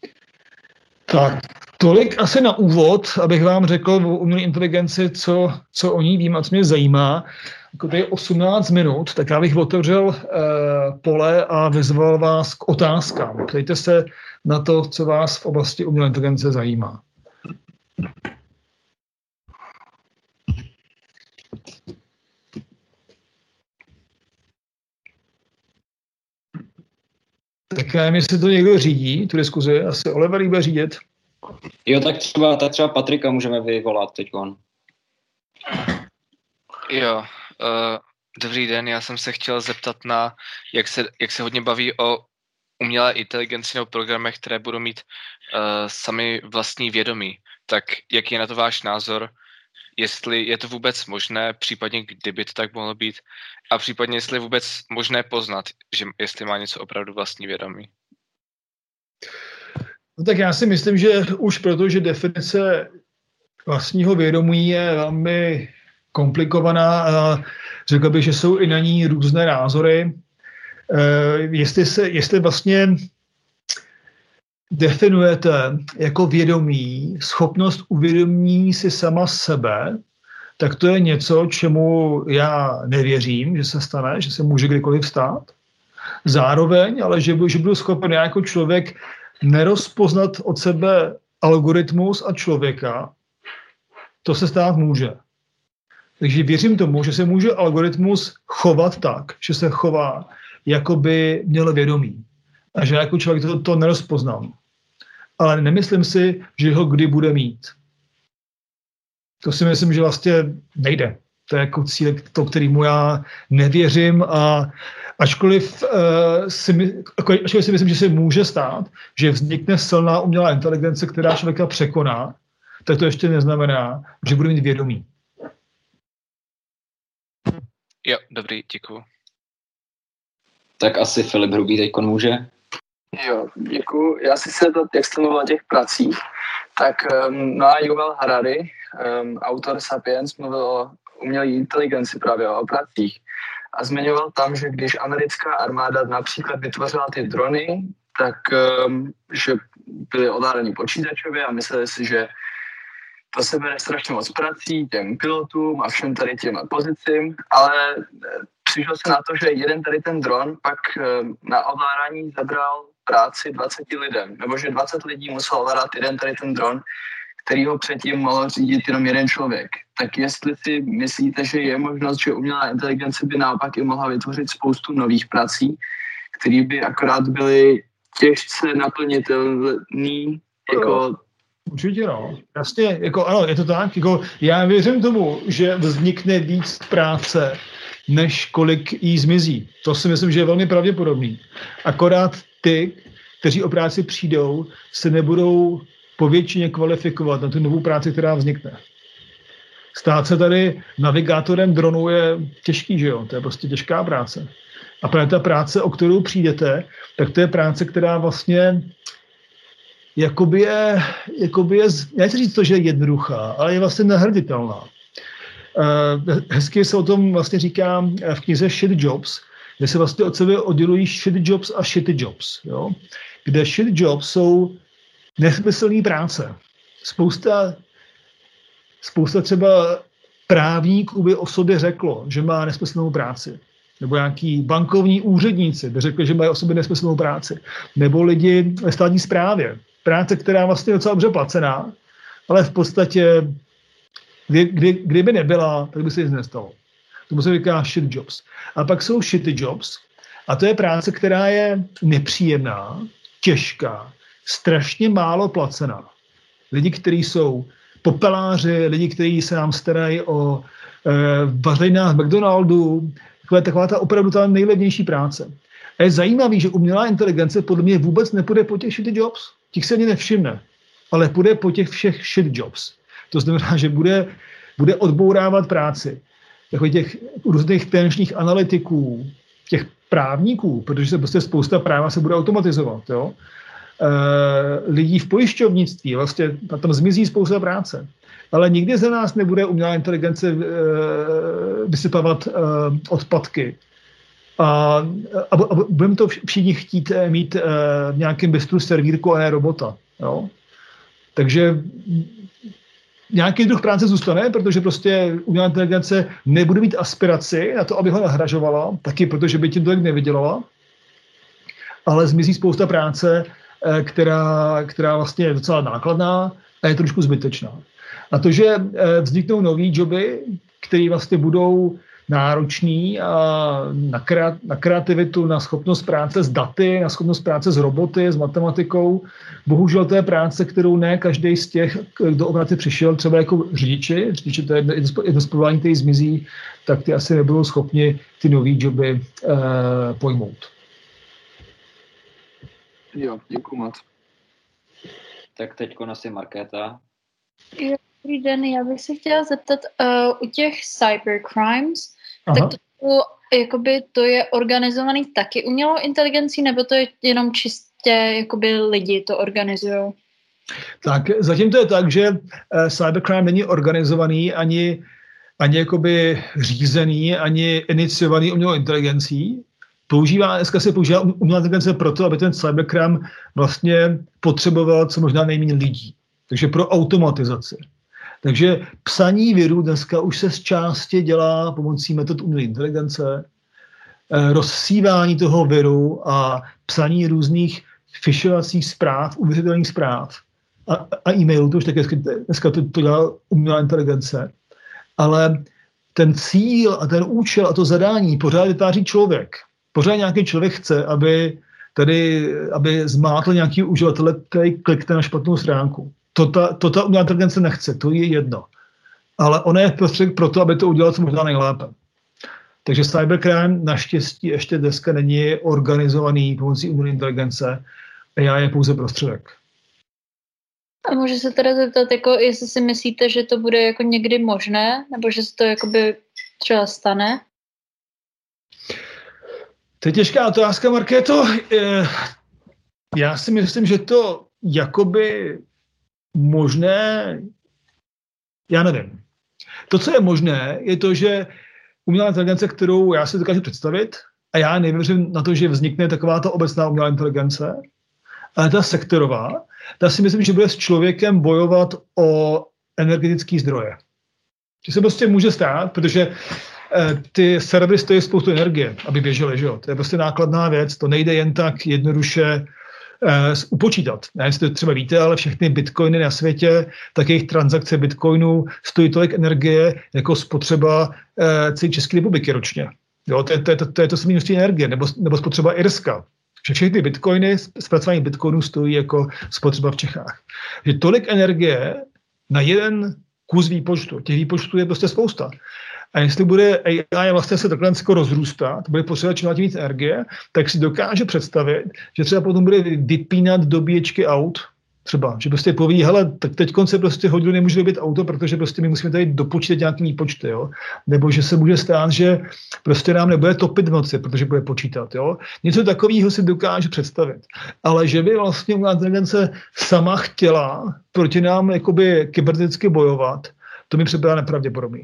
Tak, tolik asi na úvod, abych vám řekl o umělé inteligenci, co, co o ní vím a co mě zajímá. Jako to je osmnáct minut, tak já bych otevřel eh, pole a vyzval vás k otázkám. Ptejte se na to, co vás v oblasti umělé inteligence zajímá. Tak nevím, jestli to někdo řídí, tu diskuzi. Asi Oliver bude řídit. Jo, tak třeba, tak třeba Patrika můžeme vyvolat teďkon. Jo, uh, dobrý den, já jsem se chtěl zeptat na, jak se, jak se hodně baví o umělé inteligenci nebo programech, které budou mít uh, sami vlastní vědomí. Tak jaký je na to váš názor? Jestli je to vůbec možné, případně kdyby to tak mohlo být, a případně jestli je vůbec možné poznat, že jestli má něco opravdu vlastní vědomí. No tak já si myslím, že už proto, že definice vlastního vědomí je velmi komplikovaná a řekl bych, že jsou i na ní různé názory. E, jestli, se, jestli vlastně definujete jako vědomí schopnost uvědomění si sama sebe, tak to je něco, čemu já nevěřím, že se stane, že se může kdykoliv stát. Zároveň, ale že, že budu schopen já jako člověk nerozpoznat od sebe algoritmus a člověka, to se stát může. Takže věřím tomu, že se může algoritmus chovat tak, že se chová, jako by měl vědomí. A že jako člověk to, to nerozpoznám. Ale nemyslím si, že ho kdy bude mít. To si myslím, že vlastně nejde. To je jako cíl, to, kterýmu já nevěřím, a ačkoliv, uh, si, ačkoliv si myslím, že se může stát, že vznikne silná umělá inteligence, která člověka překoná, tak to ještě neznamená, že bude mít vědomí. Jo, dobrý, děkuju. Tak asi Filip Hrubý teďkon může. Jo, děkuju. Já si se to, jak jste mluvil o těch pracích, tak um, no a Yuval Harari, um, autor Sapiens, mluvil o umělé inteligenci, právě o pracích. A zmiňoval tam, že když americká armáda například vytvořila ty drony, tak um, že byly ovládaní počítačově a mysleli si, že to se bere strašně moc prací těm pilotům a všem tady těm pozicím, ale přišlo se na to, že jeden tady ten dron pak na ovládání zabral práci dvaceti lidem, nebo že dvacet lidí muselo ovládat jeden tady ten dron, který ho předtím mohl řídit jenom jeden člověk. Tak jestli si myslíte, že je možnost, že umělá inteligence by naopak i mohla vytvořit spoustu nových prací, které by akorát byly těžce naplnitelný, jako... Určitě no, jasně, jako ano, je to tak, jako já věřím tomu, že vznikne víc práce, než kolik jí zmizí. To si myslím, že je velmi pravděpodobný. Akorát ty, kteří o práci přijdou, se nebudou po většině kvalifikovat na tu novou práci, která vznikne. Stát se tady navigátorem dronu je těžký, že jo? To je prostě těžká práce. A právě ta práce, o kterou přijdete, tak to je práce, která vlastně jakoby je, jakoby je, nechci říct to, že je jednoduchá, ale je vlastně nahraditelná. Hezky se o tom vlastně říká v knize Shit Jobs, kde se vlastně od sebe oddělují shit jobs a shitty jobs. Jo? Kde shit jobs jsou nesmyslné práce. Spousta, spousta třeba právníků by o sobě řeklo, že má nesmyslnou práci. Nebo nějaký bankovní úředníci by řekli, že mají o sobě nesmyslnou práci. Nebo lidi ve státní správě. Práce, která vlastně je docela dobře placená, ale v podstatě, kdy, kdy, kdyby nebyla, tak by se nic nestalo. Tomu se říká shit jobs. A pak jsou shitty jobs. A to je práce, která je nepříjemná, těžká, strašně málo placená. Lidi, kteří jsou popeláři, lidi, kteří se nám starají o e, vařejnách McDonaldu, taková, taková ta opravdu ta nejlevnější práce. A je zajímavý, že umělá inteligence podle mě vůbec nepůjde po těch shitty jobs. Těch se ani nevšimne, ale půjde po těch všech shit jobs. To znamená, že bude, bude odbourávat práci jako těch různých finančních analytiků, těch právníků, protože se prostě spousta práva se bude automatizovat. Jo? E, lidí v pojišťovnictví, vlastně tam zmizí spousta práce. Ale nikdy za nás nebude umělá inteligence e, vysypávat e, odpadky. A, a, a budeme to všichni chtít mít e, v nějakém bistru servírku a ne robota. Jo? Takže nějaký druh práce zůstane, protože prostě umělá inteligence nebude mít aspiraci na to, aby ho nahražovala, taky protože by tím tolik nevydělala, ale zmizí spousta práce, která, která vlastně je docela nákladná a je trošku zbytečná. A to, že vzniknou nový joby, které vlastně budou náročný a na, kreat, na kreativitu, na schopnost práce s daty, na schopnost práce s roboty, s matematikou. Bohužel to je práce, kterou ne každý z těch, kdo o práci přišel, třeba jako řidiči, řidiči to je jedno z povolání, který zmizí, tak ty asi nebudou schopni ty nový joby eh, pojmout. Jo, děkuji moc. Tak teďko asi Markéta. Jo, dobrý den, já bych se chtěla zeptat uh, u těch cybercrimes, Aha. tak to, jakoby, to je organizovaný taky umělou inteligencí, nebo to je jenom čistě jakoby lidi to organizujou? Tak zatím to je tak, že uh, cybercrime není organizovaný ani, ani jakoby řízený, ani iniciovaný umělou inteligencí. Používá, dneska se používá umělá inteligence proto, aby ten cybercrime vlastně potřeboval co možná nejméně lidí. Takže pro automatizaci. Takže psaní virů dneska už se z části dělá pomocí metod umělé inteligence, rozsívání toho viru a psaní různých phishovacích zpráv, uvěřitelných zpráv a, a e-mailů, to už také dneska to, to dělá umělá inteligence. Ale ten cíl a ten účel a to zadání pořád vytváří člověk. Pořád nějaký člověk chce, aby tady, aby zmátl nějaký uživatele, který klikne na špatnou stránku. To ta, to ta umělá inteligence nechce, to je jedno. Ale ona je prostředek pro to, aby to udělala co možná nejlépe. Takže cybercrime naštěstí ještě dneska není organizovaný pomocí umělé inteligence a já je pouze prostředek. A můžu se teda zeptat, jako, jestli si myslíte, že to bude jako někdy možné, nebo že se to jakoby třeba stane? To je těžká otázka, Markéto. Já si myslím, že to jakoby možné, já nevím. To, co je možné, je to, že umělá inteligence, kterou já si dokážu představit, a já nevěřím na to, že vznikne taková ta obecná umělá inteligence, ale ta sektorová, ta si myslím, že bude s člověkem bojovat o energetické zdroje. To se prostě může stát, protože ty servery stojí spoustu energie, aby běžely, že jo? To je prostě nákladná věc, to nejde jen tak jednoduše uh, upočítat. Ne, jestli to třeba víte, ale všechny bitcoiny na světě, tak jejich transakce bitcoinů stojí tolik energie jako spotřeba uh, celé České republiky ročně. Jo, to, je, to, je, to, to je to samé množství energie, nebo, nebo spotřeba Irska. Že všechny bitcoiny, zpracování bitcoinů stojí jako spotřeba v Čechách. Že tolik energie na jeden kus výpočtu. Těch výpočtů je prostě spousta. A jestli bude A I vlastně se takhle rozrůstat, bude potřebovat čím víc energie, tak si dokáže představit, že třeba potom bude vypínat dobíječky aut, třeba, že prostě poví, hele, tak teď se prostě hodinu nemůže dobit auto, protože prostě my musíme tady dopočítat nějaký výpočty, jo. Nebo že se může stát, že prostě nám nebude topit v noci, protože bude počítat, jo. Něco takového si dokáže představit. Ale že by vlastně umělá inteligence sama chtěla proti nám jakoby kyberneticky bojovat, to mi připadá nepravděpodobný.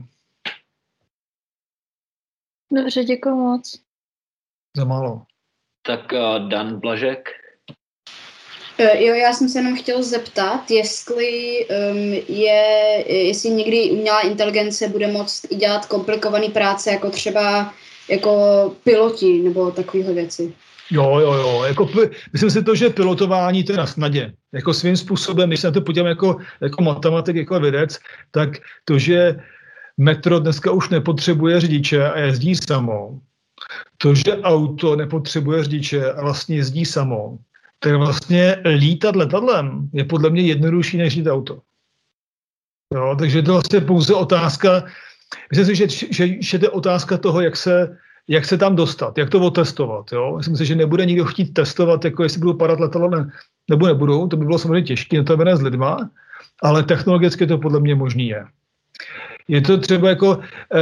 Dobře, děkuji moc. Za málo. Tak uh, Dan Blažek. Jo, já jsem se jenom chtěl zeptat, jestli um, je, jestli někdy umělá inteligence bude moct i dělat komplikované práce, jako třeba jako piloti nebo takovéhle věci. Jo, jo, jo. Jako, myslím si to, že pilotování to je na snadě. Jako svým způsobem, když se na to podívám jako, jako matematik, jako vědec, tak to, že metro dneska už nepotřebuje řidiče a jezdí samo, to, že auto nepotřebuje řidiče a vlastně jezdí samo, tak vlastně lítat letadlem je podle mě jednodušší než řídit auto. Jo, takže to vlastně pouze otázka, myslím si, že, že, že to je otázka toho, jak se, jak se tam dostat, jak to otestovat. Jo? Myslím si, že nebude nikdo chtít testovat, jako jestli budou padat letadla ne, nebo nebudou, to by bylo samozřejmě těžké, to je s lidma, ale technologicky to podle mě možný je. Je to třeba jako e,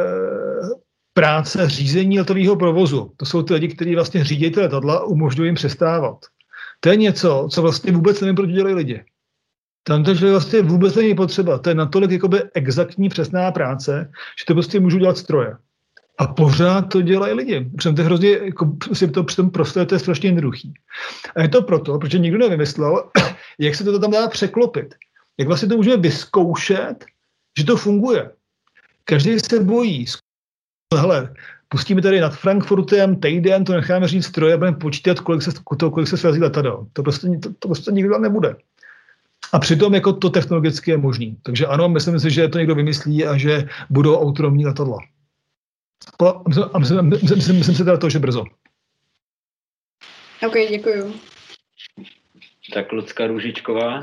práce řízení letového provozu. To jsou ty lidi, kteří vlastně řídí ty letadla a umožňují jim přestávat. To je něco, co vlastně vůbec nevím, proč dělají lidi. Tam to vlastně vůbec není potřeba. To je natolik jakoby exaktní přesná práce, že to prostě můžou dělat stroje. A pořád to dělají lidi. Přitom to hrozně, jako, si to přitom prostě to je strašně jednoduchý. A je to proto, protože nikdo nevymyslel, jak se to tam dá překlopit. Jak vlastně to můžeme vyzkoušet, že to funguje. Každý se bojí. Hele, pustíme tady nad Frankfurtem týden, to necháme říct stroje a budeme počítat, kolik se, to, kolik se srazí letadel. To prostě, to, to prostě nikdo nebude. A přitom jako to technologicky je možný. Takže ano, myslím si, že to někdo vymyslí a že budou autonomní letadla. A myslím, myslím, myslím, myslím si teda to, že brzo. OK, děkuju. Tak Lucka Růžičková.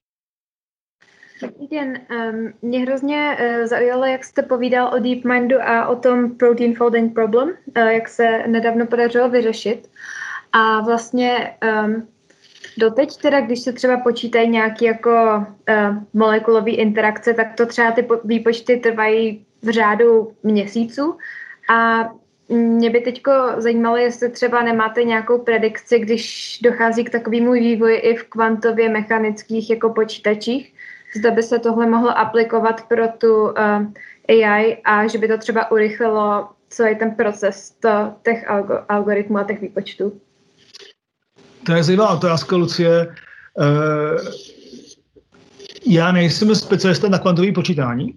Dobrý den. Um, mě hrozně uh, zaujalo, jak jste povídal o DeepMindu a o tom protein folding problem, uh, jak se nedávno podařilo vyřešit. A vlastně um, doteď teda, když se třeba počítají nějaké jako uh, molekulové interakce, tak to třeba ty výpočty trvají v řádu měsíců. A mě by teďko zajímalo, jestli třeba nemáte nějakou predikci, když dochází k takovému vývoji i v kvantově mechanických jako počítačích, zda by se tohle mohlo aplikovat pro tu uh, A I a že by to třeba urychlilo celý ten proces to, těch algo, algoritmů a těch výpočtů. To je zajímavá otázka, Lucie. Uh, já nejsem specialista na kvantové počítání.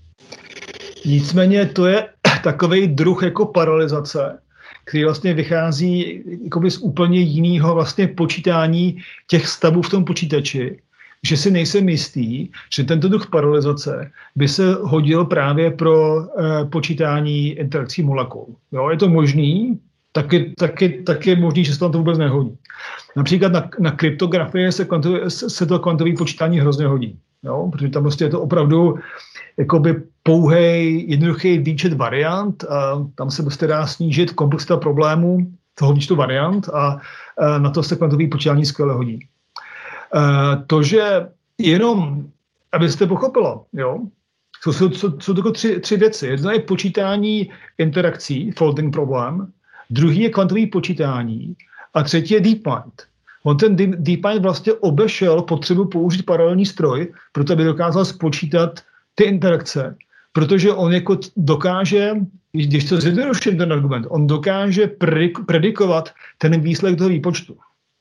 Nicméně to je takový druh jako paralelizace, který vlastně vychází jakoby z úplně jiného vlastně počítání těch stavů v tom počítači, že si nejsem jistý, že tento druh paralelizace by se hodil právě pro eh, počítání interakcí molekul. Jo, je to možný, taky, taky, taky je možný, že se tam to vůbec nehodí. Například na, na kryptografii se, kvantový, se to kvantové počítání hrozně hodí. Jo, protože tam prostě je to opravdu jakoby pouhej, jednoduchý výčet variant a tam se prostě dá snížit komplexita problémů toho výčtu variant a, a na to se kvantové počítání skvěle hodí. Uh, to, že jenom, abyste pochopilo, jo, jsou, jsou, jsou, jsou takové tři, tři věci. Jedna je počítání interakcí, folding problém, druhý je kvantové počítání a třetí je DeepMind. On ten DeepMind vlastně obešel potřebu použít paralelní stroj, proto aby dokázal spočítat ty interakce, protože on jako dokáže, když to zjednoduším ten argument, on dokáže predikovat ten výsledek toho výpočtu.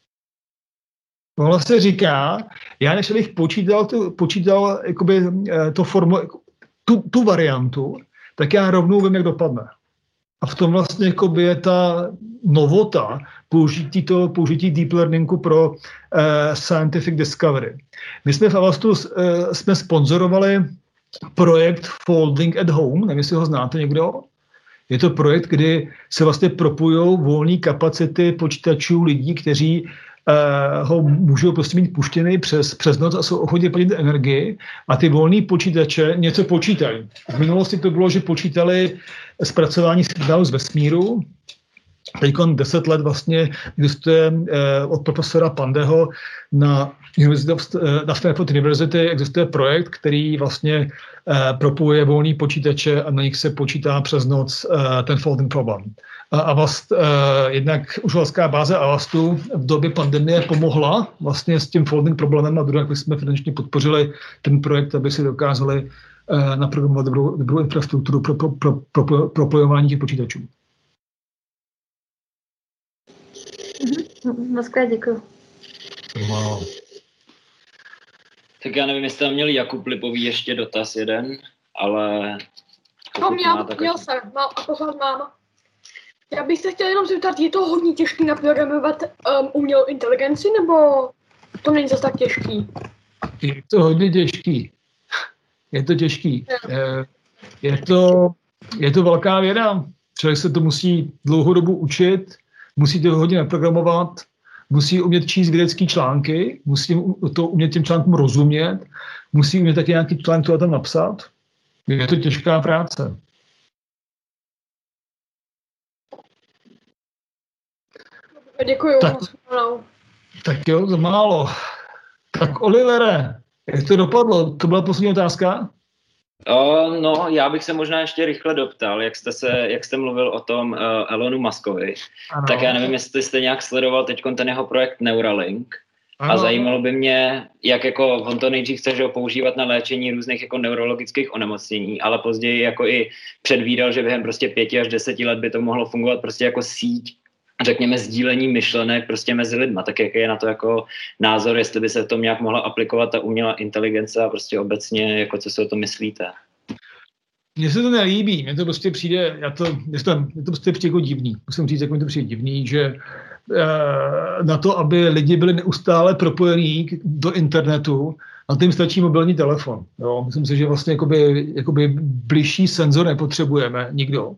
On vlastně říká, já než bych počítal, to, počítal jakoby, to formu, tu, tu variantu, tak já rovnou vím, jak dopadne. A v tom vlastně jakoby je ta novota použití, to, použití deep learningu pro uh, scientific discovery. My jsme v Avastu uh, jsme sponzorovali projekt Folding at Home, nevím, jestli ho znáte někdo. Je to projekt, kdy se vlastně propojují volné kapacity počítačů lidí, kteří uh, ho můžou prostě mít puštěný přes, přes noc a jsou ochotni platit energii a ty volné počítače něco počítají. V minulosti to bylo, že počítali zpracování signálu z vesmíru. Teď deset let vlastně existuje eh, od profesora Pandeho na, na Stanford University existuje projekt, který vlastně eh, propojuje volný počítače a na nich se počítá přes noc eh, ten folding problém. A Avast, eh, jednak uživatelská báze Avastu v době pandemie pomohla vlastně s tím folding problémem a druhé, jak jsme finančně podpořili ten projekt, aby si dokázali eh, naprogramovat dobrou, dobrou infrastrukturu pro, pro, pro, pro, pro propojování těch počítačů. Moc krát děkuju. Wow. Tak já nevím, jestli tam měl Jakub Lipový ještě dotaz jeden, ale... No, měl, měl jsem, mám, a pořád mám. Já bych se chtěl jenom zeptat, je to hodně těžké naprogramovat um, umělou inteligenci, nebo to není zase tak těžký? Je to hodně těžký. Je to těžký. Je, je, to, je to velká věda. Člověk se to musí dlouhou dobu učit, musí to hodně naprogramovat, musí umět číst vědecké články, musí to umět těm článkům rozumět, musí umět taky nějaký článek to tam napsat. Je to těžká práce. Děkuju. Tak, tak jo, to málo. Tak Olivere, jak to dopadlo? To byla poslední otázka? O, no, já bych se možná ještě rychle doptal, jak jste, se, jak jste mluvil o tom uh, Elonu Muskovi. Ano. Tak já nevím, jestli jste nějak sledoval teď ten jeho projekt Neuralink. Ano. A zajímalo by mě, jak jako on to nejdřív chce že ho používat na léčení různých jako neurologických onemocnění, ale později jako i předvídal, že během prostě pěti až deseti let by to mohlo fungovat prostě jako síť, řekněme, sdílení myšlenek prostě mezi lidma. Tak jaký je na to jako názor, jestli by se to nějak mohla aplikovat ta umělá inteligence a prostě obecně, jako co si o to myslíte? Mně se to nelíbí, mně to prostě přijde, já to, mně to, mně to prostě přijde jako divný. Musím říct, jak mi to přijde divný, že e, na to, aby lidi byli neustále propojení do internetu, na tím stačí mobilní telefon. Jo? Myslím si, že vlastně jakoby, jakoby bližší senzor nepotřebujeme nikdo.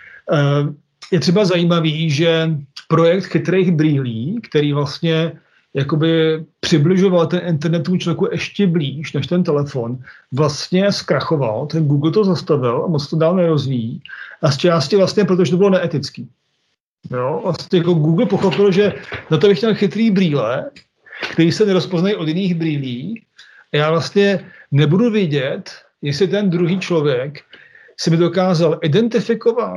E, je třeba zajímavý, že projekt chytrých brýlí, který vlastně jakoby přibližoval ten internetu člověku ještě blíž než ten telefon, vlastně zkrachoval, ten Google to zastavil a moc to dál nerozvíjí. A z části vlastně, protože to bylo neetický. Jo? Vlastně jako Google pochopil, že na to bych chtěl chytrý brýle, který se nerozpoznají od jiných brýlí. A já vlastně nebudu vědět, jestli ten druhý člověk si mi dokázal identifikovat,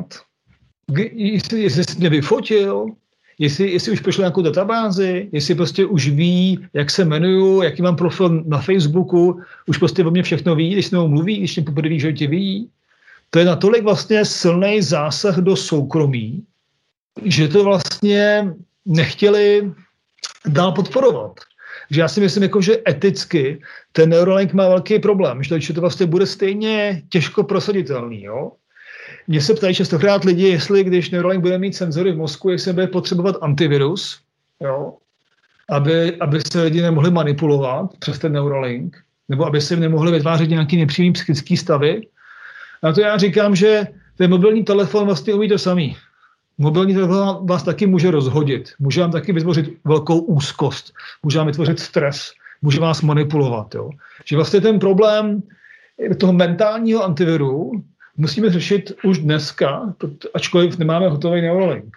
jestli, jestli jsi mě vyfotil, jestli, jestli už prošel nějakou databázi, jestli prostě už ví, jak se jmenuju, jaký mám profil na Facebooku, už prostě o mě všechno ví, když s mnou mluví, když mě poprvé v životě ví. To je natolik vlastně silný zásah do soukromí, že to vlastně nechtěli dál podporovat. Že já si myslím, jako, že eticky ten Neuralink má velký problém, že to vlastně bude stejně těžko prosaditelný, jo? Mně se ptají častokrát lidi, jestli když Neuralink bude mít senzory v mozku, jestli bude potřebovat antivirus, jo? Aby, aby se lidi nemohli manipulovat přes ten Neuralink, nebo aby se jim nemohli vytvářet nějaký nepříjemný psychický stavy. A to já říkám, že ten mobilní telefon vlastně umí to samý. Mobilní telefon vás taky může rozhodit, může vám taky vytvořit velkou úzkost, může vám vytvořit stres, může vás manipulovat. Jo? Že vlastně ten problém toho mentálního antiviru musíme řešit už dneska, ačkoliv nemáme hotový Neuralink.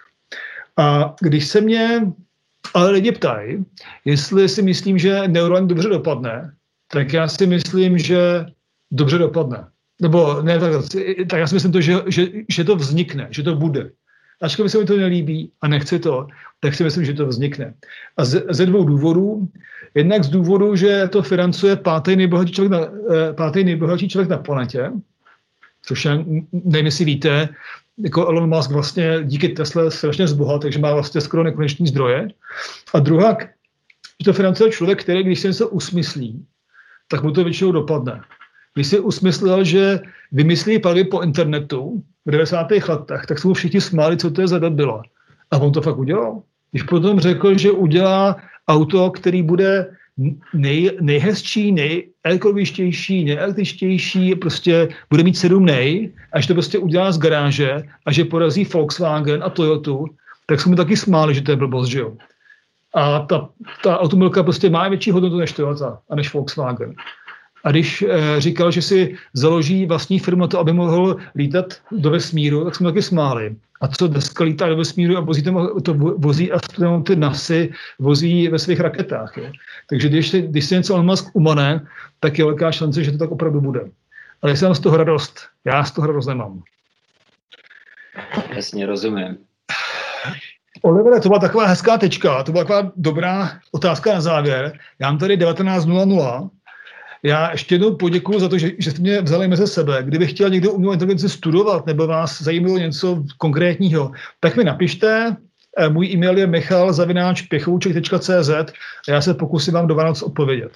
A když se mě ale lidi ptají, jestli si myslím, že Neuralink dobře dopadne, tak já si myslím, že dobře dopadne. Nebo ne, tak, tak já si myslím to, že, že, že to vznikne, že to bude. Ačkoliv se mi to nelíbí a nechci to, tak si myslím, že to vznikne. A ze, ze dvou důvodů. Jednak z důvodu, že to financuje pátý nejbohatší člověk na, pátý nejbohatší člověk na planetě, což já nevím, jestli víte, jako Elon Musk vlastně díky Tesle strašně zbohatl, takže má vlastně skoro nekoneční zdroje. A druhá, že to financuje člověk, který, když se něco usmyslí, tak mu to většinou dopadne. Když si usmyslel, že vymyslí platby po internetu v devadesátých letech, tak se mu všichni smáli, co to je za debila. A on to fakt udělal. když potom řekl, že udělá auto, který bude nej, nejhezčí, nejekologičtější, nejelektričtější, prostě bude mít sedm nej, až to prostě udělá z garáže a že porazí Volkswagen a Toyotu, tak jsme mu taky smáli, že to je blbost, že jo. A ta, ta automobilka prostě má větší hodnotu než Toyota a než Volkswagen. A když e, říkal, že si založí vlastní firmu to, aby mohl lítat do vesmíru, tak jsme taky smáli. A co dneska lítá do vesmíru a vozí, to, to vozí astronauty NASY, vozí ve svých raketách. Je. Takže když si, když si něco Elon Musk umane, tak je velká šance, že to tak opravdu bude. Ale jestli mám z toho radost, já z toho radost nemám. Jasně, rozumím. Olivere, to byla taková hezká tečka, to byla taková dobrá otázka na závěr. Já mám tady devatenáct nula nula. Já ještě jednou poděkuju za to, že, že jste mě vzali mezi sebe. Kdyby chtěl někdo umělou inteligenci studovat nebo vás zajímalo něco konkrétního, tak mi napište. Můj e-mail je michal zavináč pěchouček tečka cé zet a já se pokusím vám do Vánoc odpovědět.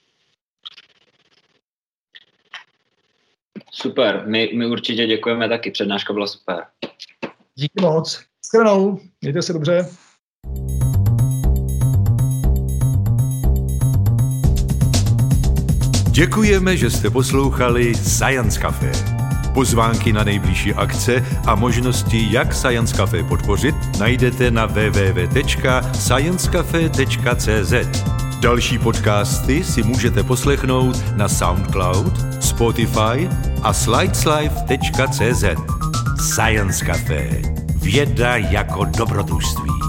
Super, my, my určitě děkujeme taky, přednáška byla super. Díky moc. Shledanou, mějte se dobře. Děkujeme, že jste poslouchali Science Café. Pozvánky na nejbližší akce a možnosti, jak Science Café podpořit, najdete na w w w tečka science cafe tečka cé zet. Další podcasty si můžete poslechnout na SoundCloud, Spotify a slideslife tečka cé zet. Science Café. Věda jako dobrodružství.